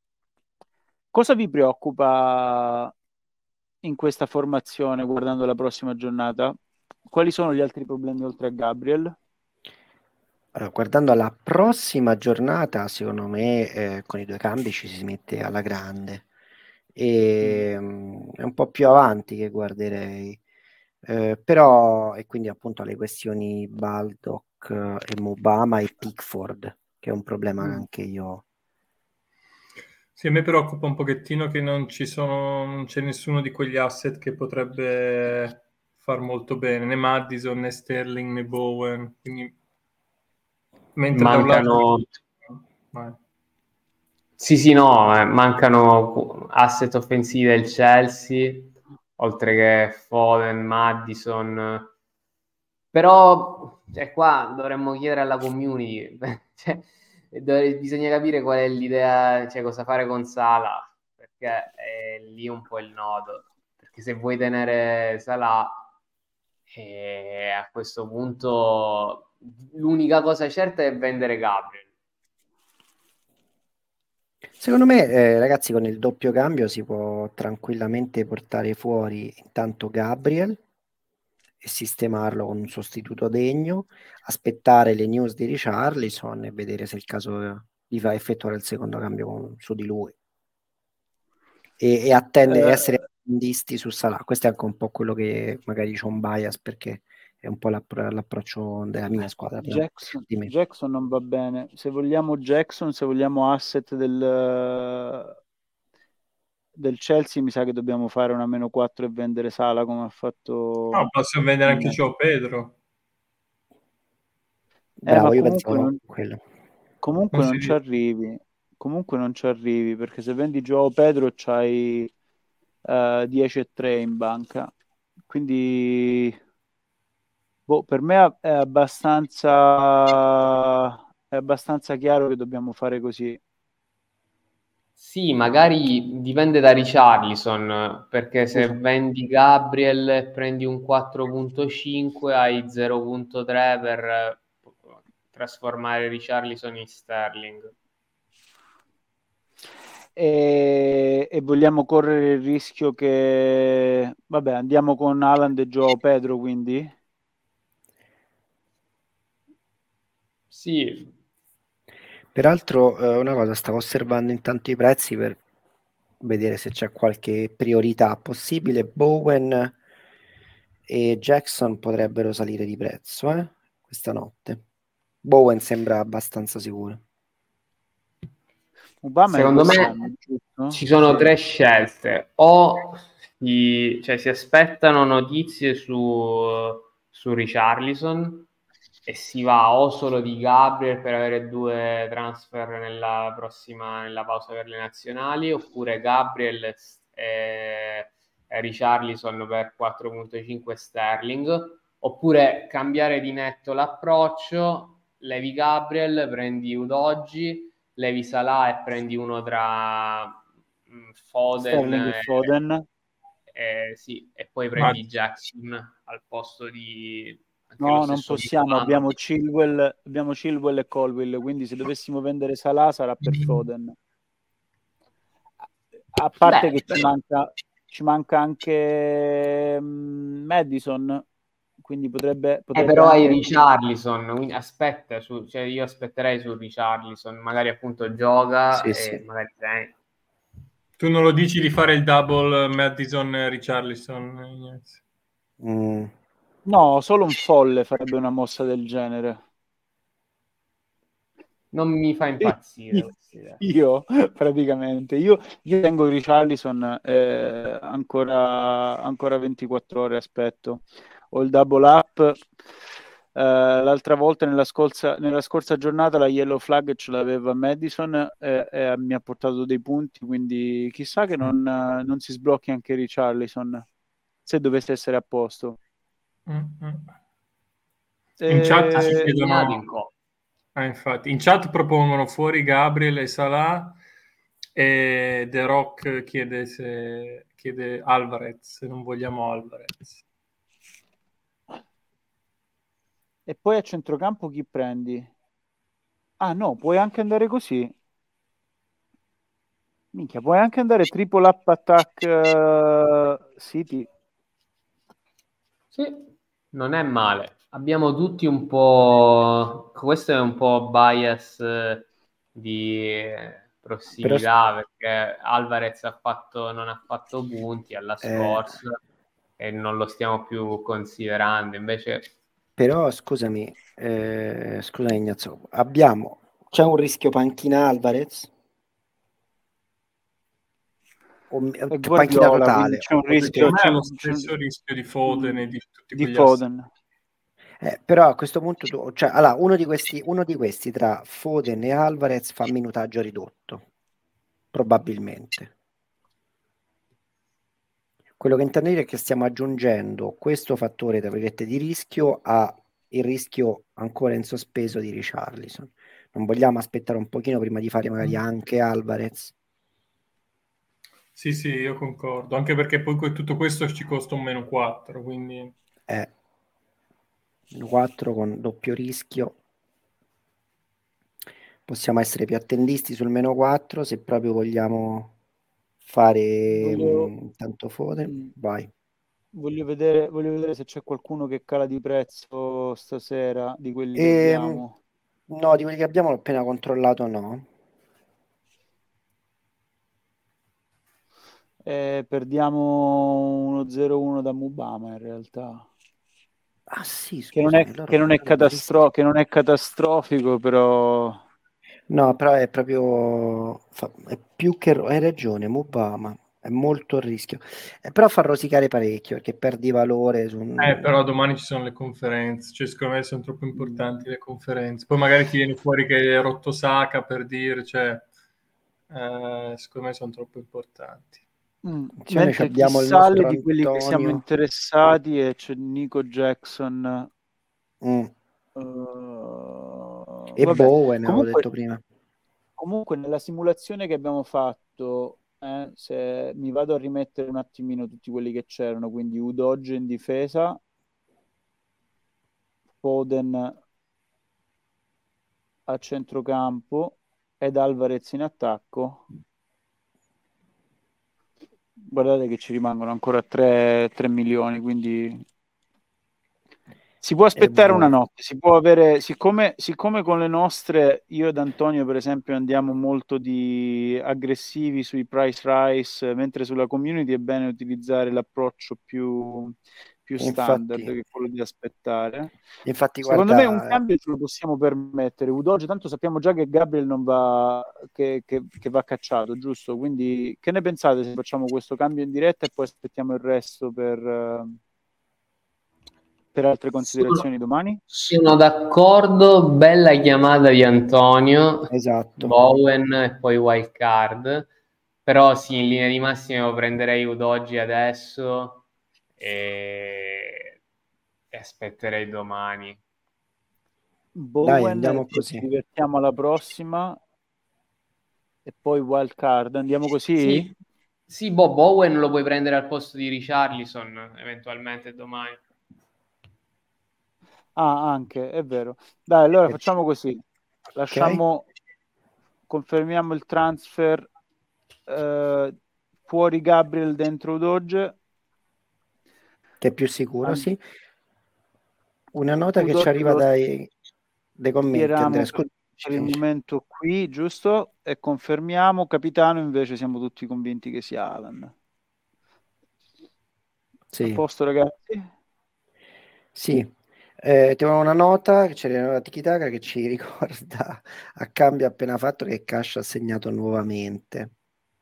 Cosa vi preoccupa in questa formazione guardando la prossima giornata? Quali sono gli altri problemi oltre a Gabriel? Allora, guardando alla prossima giornata, secondo me eh, con i due cambi ci si mette alla grande. E, mm, è un po' più avanti che guarderei. Eh, però, e quindi appunto alle questioni Baldock eh, e Mubama e Pickford, che è un problema che Mm. anche io. Sì, a me preoccupa un pochettino che non ci sono, non c'è nessuno di quegli asset che potrebbe far molto bene, né Maddison, né Sterling, né Bowen. Quindi, mentre da un lato... Mancano... Vai. Sì, sì, no, eh, mancano asset offensivi del Chelsea, oltre che Foden, Maddison. Però, cioè, qua dovremmo chiedere alla community, cioè, dov- bisogna capire qual è l'idea, cioè cosa fare con Salah, perché è lì un po' il nodo. Perché se vuoi tenere Salah, eh, a questo punto l'unica cosa certa è vendere Gabriel. Secondo me, eh, ragazzi, con il doppio cambio si può tranquillamente portare fuori intanto Gabriel e sistemarlo con un sostituto degno, aspettare le news di Richarlison e vedere se è il caso di fa- effettuare il secondo cambio con- su di lui e, e attendere e Eh, essere attendisti su Salah. Questo è anche un po' quello che magari c'è un bias perché è un po' l'appro- l'approccio della mia squadra, però Jackson, dimmi. Jackson non va bene. Se vogliamo Jackson, se vogliamo asset del, del Chelsea, mi sa che dobbiamo fare una meno quattro e vendere Sala come ha No, fatto. posso vendere anche Joe Pedro. Eh, ma Bravo, io comunque pensavo non, a quello. comunque Non non si ci dice. arrivi. Comunque non ci arrivi perché se vendi Joao Pedro c'hai eh, dieci e tre in banca. Quindi boh, per me è abbastanza, è abbastanza chiaro che dobbiamo fare così. Sì, magari dipende da Richarlison, perché se Esatto. vendi Gabriel e prendi un quattro virgola cinque hai zero virgola tre per eh, trasformare Richarlison in Sterling. E, e vogliamo correre il rischio che, vabbè, andiamo con Haaland e Joao Pedro, quindi Sì, Peraltro, eh, una cosa, stavo osservando intanto i prezzi per vedere se c'è qualche priorità possibile. Bowen e Jackson potrebbero salire di prezzo, eh, questa notte. Bowen sembra abbastanza sicuro. Obama è di secondo me quest'anno, giusto? ci sono Sì. tre scelte. O si, cioè, si aspettano notizie su, su Richarlison e si va o solo di Gabriel per avere due transfer nella prossima, nella pausa per le nazionali, oppure Gabriel e, e Richarlison per quattro virgola cinque Sterling, oppure cambiare di netto l'approccio, levi Gabriel, prendi Udogi, levi Salah e prendi uno tra mm, Foden Sterling e e, Foden. e, sì, e poi Ma prendi Jackson al posto di... anche No, lo non stesso possiamo, Milan. abbiamo Chilwell, abbiamo Chilwell e Colwill, quindi se dovessimo vendere Salah sarà per Foden. A parte Beh, che ci manca, ci manca anche mm, Madison, quindi potrebbe, Eh, potrebbe però hai anche... Richarlison, quindi aspetta, su, cioè io aspetterei su Richarlison, magari appunto gioca Sì, e sì. magari sei. Tu non lo dici di fare il double Madison-Richarlison, Ignazio? Mm. No, solo un folle farebbe una mossa del genere. Non mi fa impazzire questa idea. Io, praticamente, io, io tengo Richarlison eh, ancora, ancora ventiquattro ore, aspetto. Ho il double up. Eh, l'altra volta nella scorsa, nella scorsa giornata la yellow flag ce l'aveva Madison e, e mi ha portato dei punti, quindi chissà che non, non si sblocchi anche Richarlison se dovesse essere a posto. Mm-hmm. E... In chat ci in chiedono... co. Ah, infatti, in chat propongono fuori Gabriel e Salah e The Rock chiede, se, chiede Alvarez, se non vogliamo Alvarez. E poi a centrocampo chi prendi? Ah no, puoi anche andare così. Minchia, puoi anche andare triple up attack uh, City. Sì, non è male. Abbiamo tutti un po'... Questo è un po' bias eh, di prossimità, Però, perché Alvarez ha fatto, non ha fatto punti alla eh, scorsa e non lo stiamo più considerando. Invece... però scusami, eh, scusami Ignazio, abbiamo, c'è un rischio panchina Alvarez? O, E cioè, panchina Guardiola, quindi totale? c'è un O due rischio Secondo me c'è, è lo c'è, stesso rischio di Foden e di tutti di quegli Foden. Eh, però a questo punto tu, cioè, allora, uno di questi, uno di questi tra Foden e Alvarez fa minutaggio ridotto, probabilmente. Quello che intendo dire è che stiamo aggiungendo questo fattore, tra virgolette, di rischio a il rischio ancora in sospeso di Richarlison. Non vogliamo aspettare un pochino prima di fare magari anche Alvarez? Sì, sì, io concordo, anche perché poi tutto questo ci costa un meno quattro, quindi... Eh, quattro con doppio rischio. Possiamo essere più attendisti sul meno quattro se proprio vogliamo fare Voglio, mh, tanto Foden. mm, Vai. voglio vedere, voglio vedere se c'è qualcuno che cala di prezzo stasera di quelli che Ehm, abbiamo. no, di quelli che abbiamo l'ho appena controllato, no. Eh, perdiamo uno zero uno da Mubama in realtà. Ah sì, Che non è, scusami, loro che non è, fanno da catastro- che non è catastrofico, però... No, però è proprio fa- è più che ro- hai ragione, Mubama è molto a rischio. Eh, però fa rosicare parecchio perché perdi valore su un- Eh, però domani ci sono le conferenze, cioè secondo me sono troppo importanti le conferenze. Poi magari ti viene fuori che hai rotto Saka per dire, cioè, eh, secondo me sono troppo importanti. Mm. Cioè, noi ci Mentre chi abbiamo il sale nostro di quelli che siamo Antonio. interessati e c'è Nico Jackson. Mm. Uh, E vabbè, Bowen, avevo comunque, detto prima. comunque nella simulazione che abbiamo fatto, eh, se mi vado a rimettere un attimino tutti quelli che c'erano, quindi Udoge in difesa, Foden a centrocampo ed Alvarez in attacco. Guardate che ci rimangono ancora tre milioni, quindi si può E aspettare una Bowen. notte, si può avere, siccome, siccome con le nostre, io ed Antonio per esempio andiamo molto di aggressivi sui price rise, mentre sulla community è bene utilizzare l'approccio più, più standard, Infatti, che è quello di aspettare. infatti Secondo me un guarda, cambio ce lo possiamo permettere. Udoge, tanto sappiamo già che Gabriel non va, che, che, che va cacciato, giusto? Quindi che ne pensate se facciamo questo cambio in diretta e poi aspettiamo il resto per... Uh, per altre considerazioni Sono, domani? sono d'accordo, bella chiamata di Antonio, esatto. Bowen e poi wild card, però sì, in linea di massima prenderei Udogi adesso e, e aspetterei domani. Dai, Bowen, andiamo ci così. divertiamo alla prossima e poi wild card. Andiamo così? Sì, sì, boh, Bowen lo puoi prendere al posto di Richarlison eventualmente domani. Ah, anche, è vero. Dai, allora Eh, facciamo così. Lasciamo, confermiamo il transfer eh, fuori Gabriel, dentro Udoge. Che è più sicuro, An- sì. Una nota che ci Udoge arriva lo dai, dai commenti, schieriamo Andrea. per, Scusa, per il momento qui, giusto? E confermiamo. Capitano invece siamo tutti convinti che sia Alan. A sì, posto, ragazzi? sì. Eh, ti avevo una nota che c'era una Tiki-Taka che ci ricorda a cambio appena fatto che Cash ha segnato nuovamente.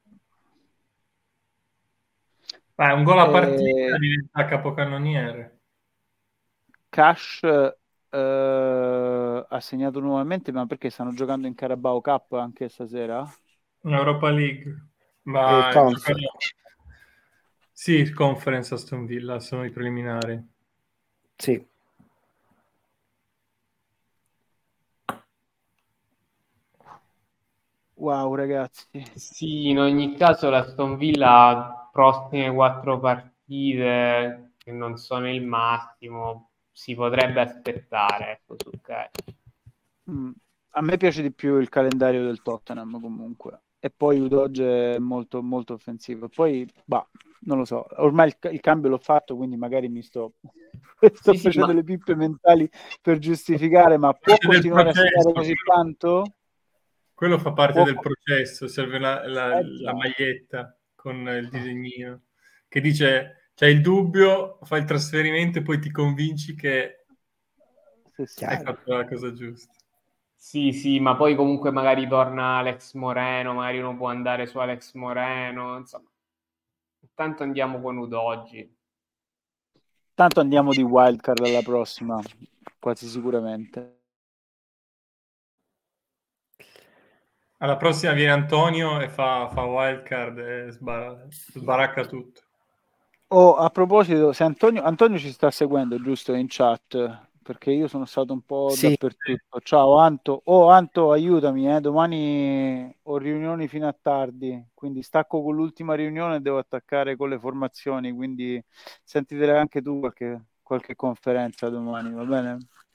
Ah, un gol a partita Eh, diventa capocannoniere. Cash eh, ha segnato nuovamente, ma perché stanno giocando in Carabao Cup anche stasera? In Europa League. E Ma Conference. giocano... Sì, Conference Aston Villa, sono i preliminari. Sì. Wow, ragazzi. Sì, in ogni caso la Aston Villa ha prossime quattro partite che non sono il massimo, si potrebbe aspettare, ecco, su Cash. Mm. A me piace di più il calendario del Tottenham comunque. E poi Udoge è molto, molto offensivo. Poi, bah, non lo so, ormai il, il cambio l'ho fatto, quindi magari mi sto, sto Sì, sì, facendo ma le pippe mentali per giustificare, ma può Parte del continuare a segnare processo, così quello, tanto? quello fa parte Può... del processo, serve la, la- Eh la già. maglietta con il disegnino che dice c'hai il dubbio, fai il trasferimento e poi ti convinci che Sì, sì. hai Chiaro. fatto la cosa giusta. sì, sì, ma poi comunque magari torna Alex Moreno, magari uno può andare su Alex Moreno, insomma. Intanto andiamo con Udogi. Tanto andiamo di wildcard alla prossima, quasi sicuramente. Alla prossima viene Antonio e fa, fa wildcard e sbar- sbaracca tutto. Oh, a proposito, se Antonio, Antonio ci sta seguendo, giusto, in chat, perché io sono stato un po' Sì, dappertutto. Ciao Anto. Oh Anto, aiutami, eh. Domani ho riunioni fino a tardi, quindi stacco con l'ultima riunione e devo attaccare con le formazioni, quindi sentite anche tu qualche, qualche conferenza domani, va bene?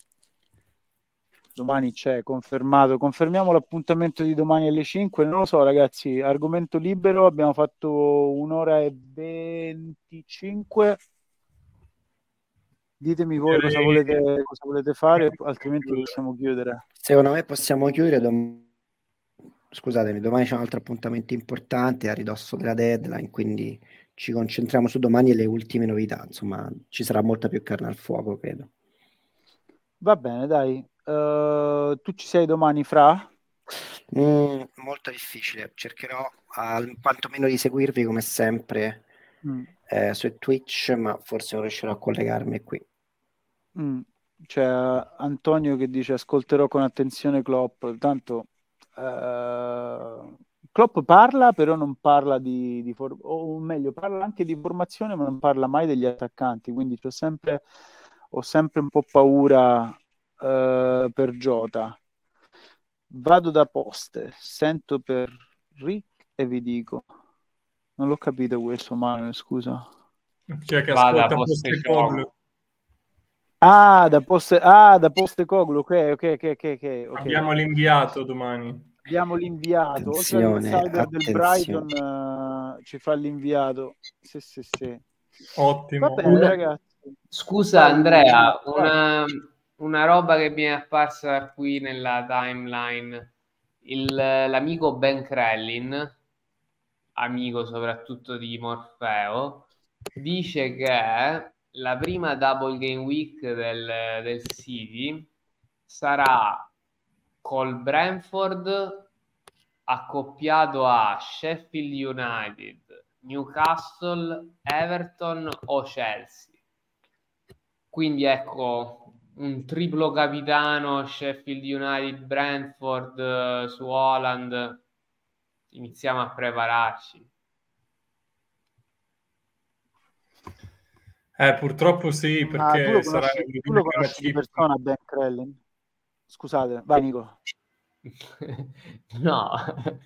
Domani c'è, confermato. Confermiamo l'appuntamento di domani alle cinque. Non lo so, ragazzi, argomento libero. Abbiamo fatto un'ora e venticinque. Ditemi voi cosa volete, cosa volete fare, altrimenti possiamo chiudere. secondo me possiamo chiudere. Dom- Scusatemi, domani c'è un altro appuntamento importante a ridosso della deadline, quindi ci concentriamo su domani e le ultime novità. Insomma, ci sarà molta più carne al fuoco, credo. Va bene, dai. Uh, tu ci sei domani, Fra? Mm, molto difficile. Cercherò al, quantomeno di seguirvi come sempre Mm. eh, su Twitch, ma forse non riuscirò a collegarmi qui. Mm. C'è Antonio che dice ascolterò con attenzione Klopp. Tanto uh, Klopp parla, però non parla di, di for- o meglio, parla anche di formazione, ma non parla mai degli attaccanti. Quindi c'ho sempre, ho sempre un po' paura uh, per Jota. Vado da Poste, sento per Rick e vi dico. Non l'ho capito questo, Manuel, scusa. Cioè che Vada, ascolta Postecoglou. Postecoglou. Ah, da Poste, ah, da Postecoglou, ok, ok, ok, ok, ok. Abbiamo l'inviato domani. Abbiamo l'inviato, oltre Attenzione, all'insider del attenzione. Brighton, eh, ci fa l'inviato. Sì, sì, sì. Va Ottimo. bene, Una... ragazzi. Scusa Vai, Andrea, vai. una... una roba che mi è apparsa qui nella timeline. Il... L'amico Ben Krellin, amico soprattutto di Morfeo, dice che la prima double game week del, del City sarà col Brentford accoppiato a Sheffield United, Newcastle, Everton o Chelsea. Quindi ecco, un triplo capitano Sheffield United, Brentford eh, su Holland. Iniziamo a prepararci. Eh, purtroppo sì, Ma tu lo perché sarà conosci, tu lo una conosci di chip. persona, Ben Krellin? Scusate, vai Nico. No,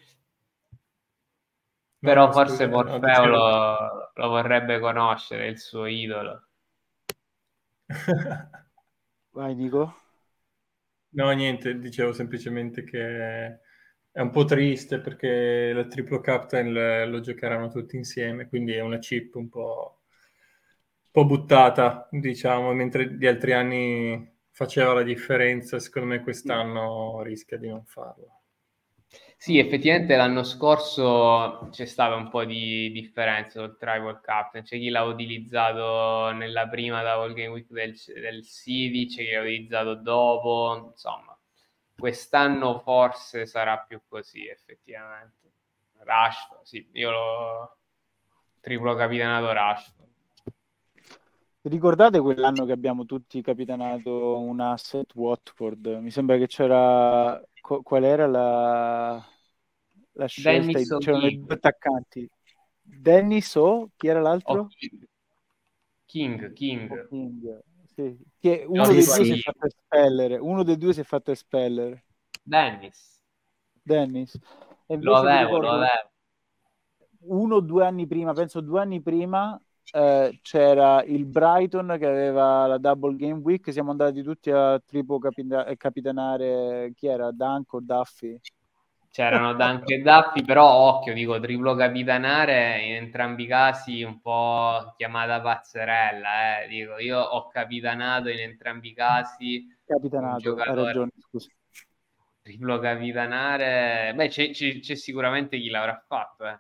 No, però no, forse scusa, no, Morfeo dicevo. lo, lo vorrebbe conoscere, il suo idolo. Vai Nico. No, niente, dicevo semplicemente che è un po' triste perché la triplo captain l- lo giocheranno tutti insieme, quindi è una chip un po', un po' buttata, diciamo, mentre gli altri anni faceva la differenza, secondo me quest'anno rischia di non farlo. Sì, effettivamente l'anno scorso c'è stata un po' di differenza sul Tribal Captain. C'è chi l'ha utilizzato nella prima Double Game Week del, del City, c'è chi l'ha utilizzato dopo. Insomma, quest'anno forse sarà più così, effettivamente. Rashford, sì, io l'ho triplo capitanato Rashford. Ricordate quell'anno che abbiamo tutti capitanato un asset Watford? Mi sembra che c'era... co- qual era la, la scelta? Dennis C'erano i O'Keefe. due attaccanti. Dennis o... chi era l'altro? O'Keefe. King, King. O King, sì. Che uno Sì, dei sì. due si è fatto espellere. Uno dei due si è fatto espellere. Dennis. Dennis. E Lo invece mi avevo, lo ricordo avevo. uno o due anni prima, penso due anni prima, eh, c'era il Brighton che aveva la double game week. Siamo andati tutti a triplo capita- capitanare. Chi era? Dunk o Duffy? C'erano Dunk e Duffy, però occhio, dico, triplo capitanare in entrambi i casi un po' chiamata pazzerella, eh. Dico, io ho capitanato in entrambi i casi un Capitanato, hai giocatore. ragione, scusa. Triplo capitanare, beh, c'è, c'è, c'è sicuramente chi l'avrà fatto, eh.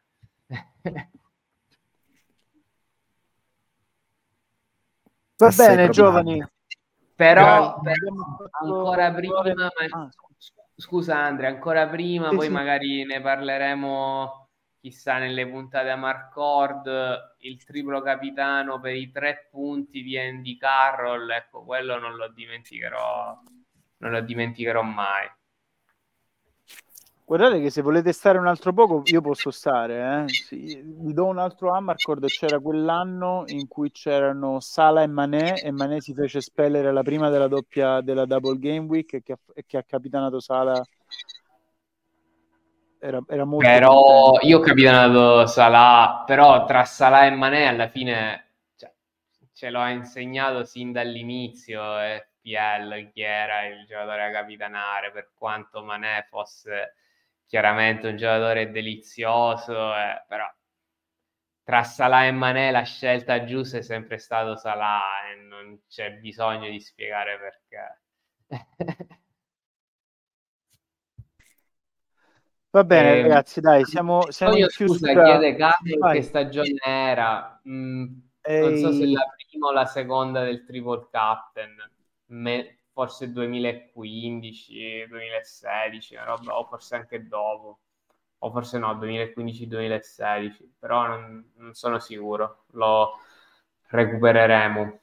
Va Assai bene, probabile. giovani. Però, Eh, però abbiamo fatto ancora prima, nove- ma- ah, scusa Andrea, ancora prima, sì, poi sì. magari ne parleremo chissà nelle puntate a Marcord, il triplo capitano per i tre punti di Andy Carroll, ecco, quello non lo dimenticherò, non lo dimenticherò mai. Guardate che se volete stare un altro poco io posso stare, eh. Sì, vi do un altro Amarcord. C'era quell'anno in cui c'erano Salah e Mané e Mané si fece espellere la prima della doppia della double game week e che, ha- e che ha capitanato Salah. Era, era molto Però divertente. io ho capitanato Salah, però tra Salah e Mané alla fine, cioè, ce l'ho insegnato sin dall'inizio F P L chi era il giocatore da capitanare, per quanto Mané fosse chiaramente un giocatore delizioso, eh, però tra Salah e Mané la scelta giusta è sempre stato Salah e non c'è bisogno di spiegare perché. Va bene, Ehm, ragazzi, dai, siamo, siamo in Antonio, scusa, chiusura. chiede Carlo Vai. che stagione era. Mm, non so se Ehi. la prima o la seconda del Triple Captain, Me- forse duemilaquindici, duemilasedici, una roba, o forse anche dopo, o forse no, duemilaquindici duemilasedici, però non, non sono sicuro, lo recupereremo.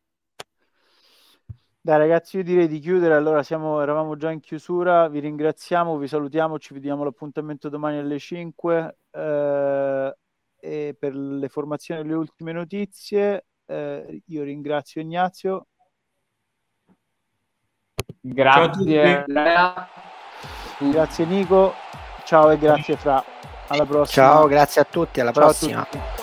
Dai ragazzi, io direi di chiudere. Allora siamo, eravamo già in chiusura, vi ringraziamo, vi salutiamo, ci vediamo l'appuntamento domani alle cinque, eh, e per le formazioni e le ultime notizie, eh, io ringrazio Ignazio. Grazie Andrea. Grazie Nico, ciao e grazie Fra, alla prossima. Ciao, grazie a tutti, alla Ciao a prossima. tutti.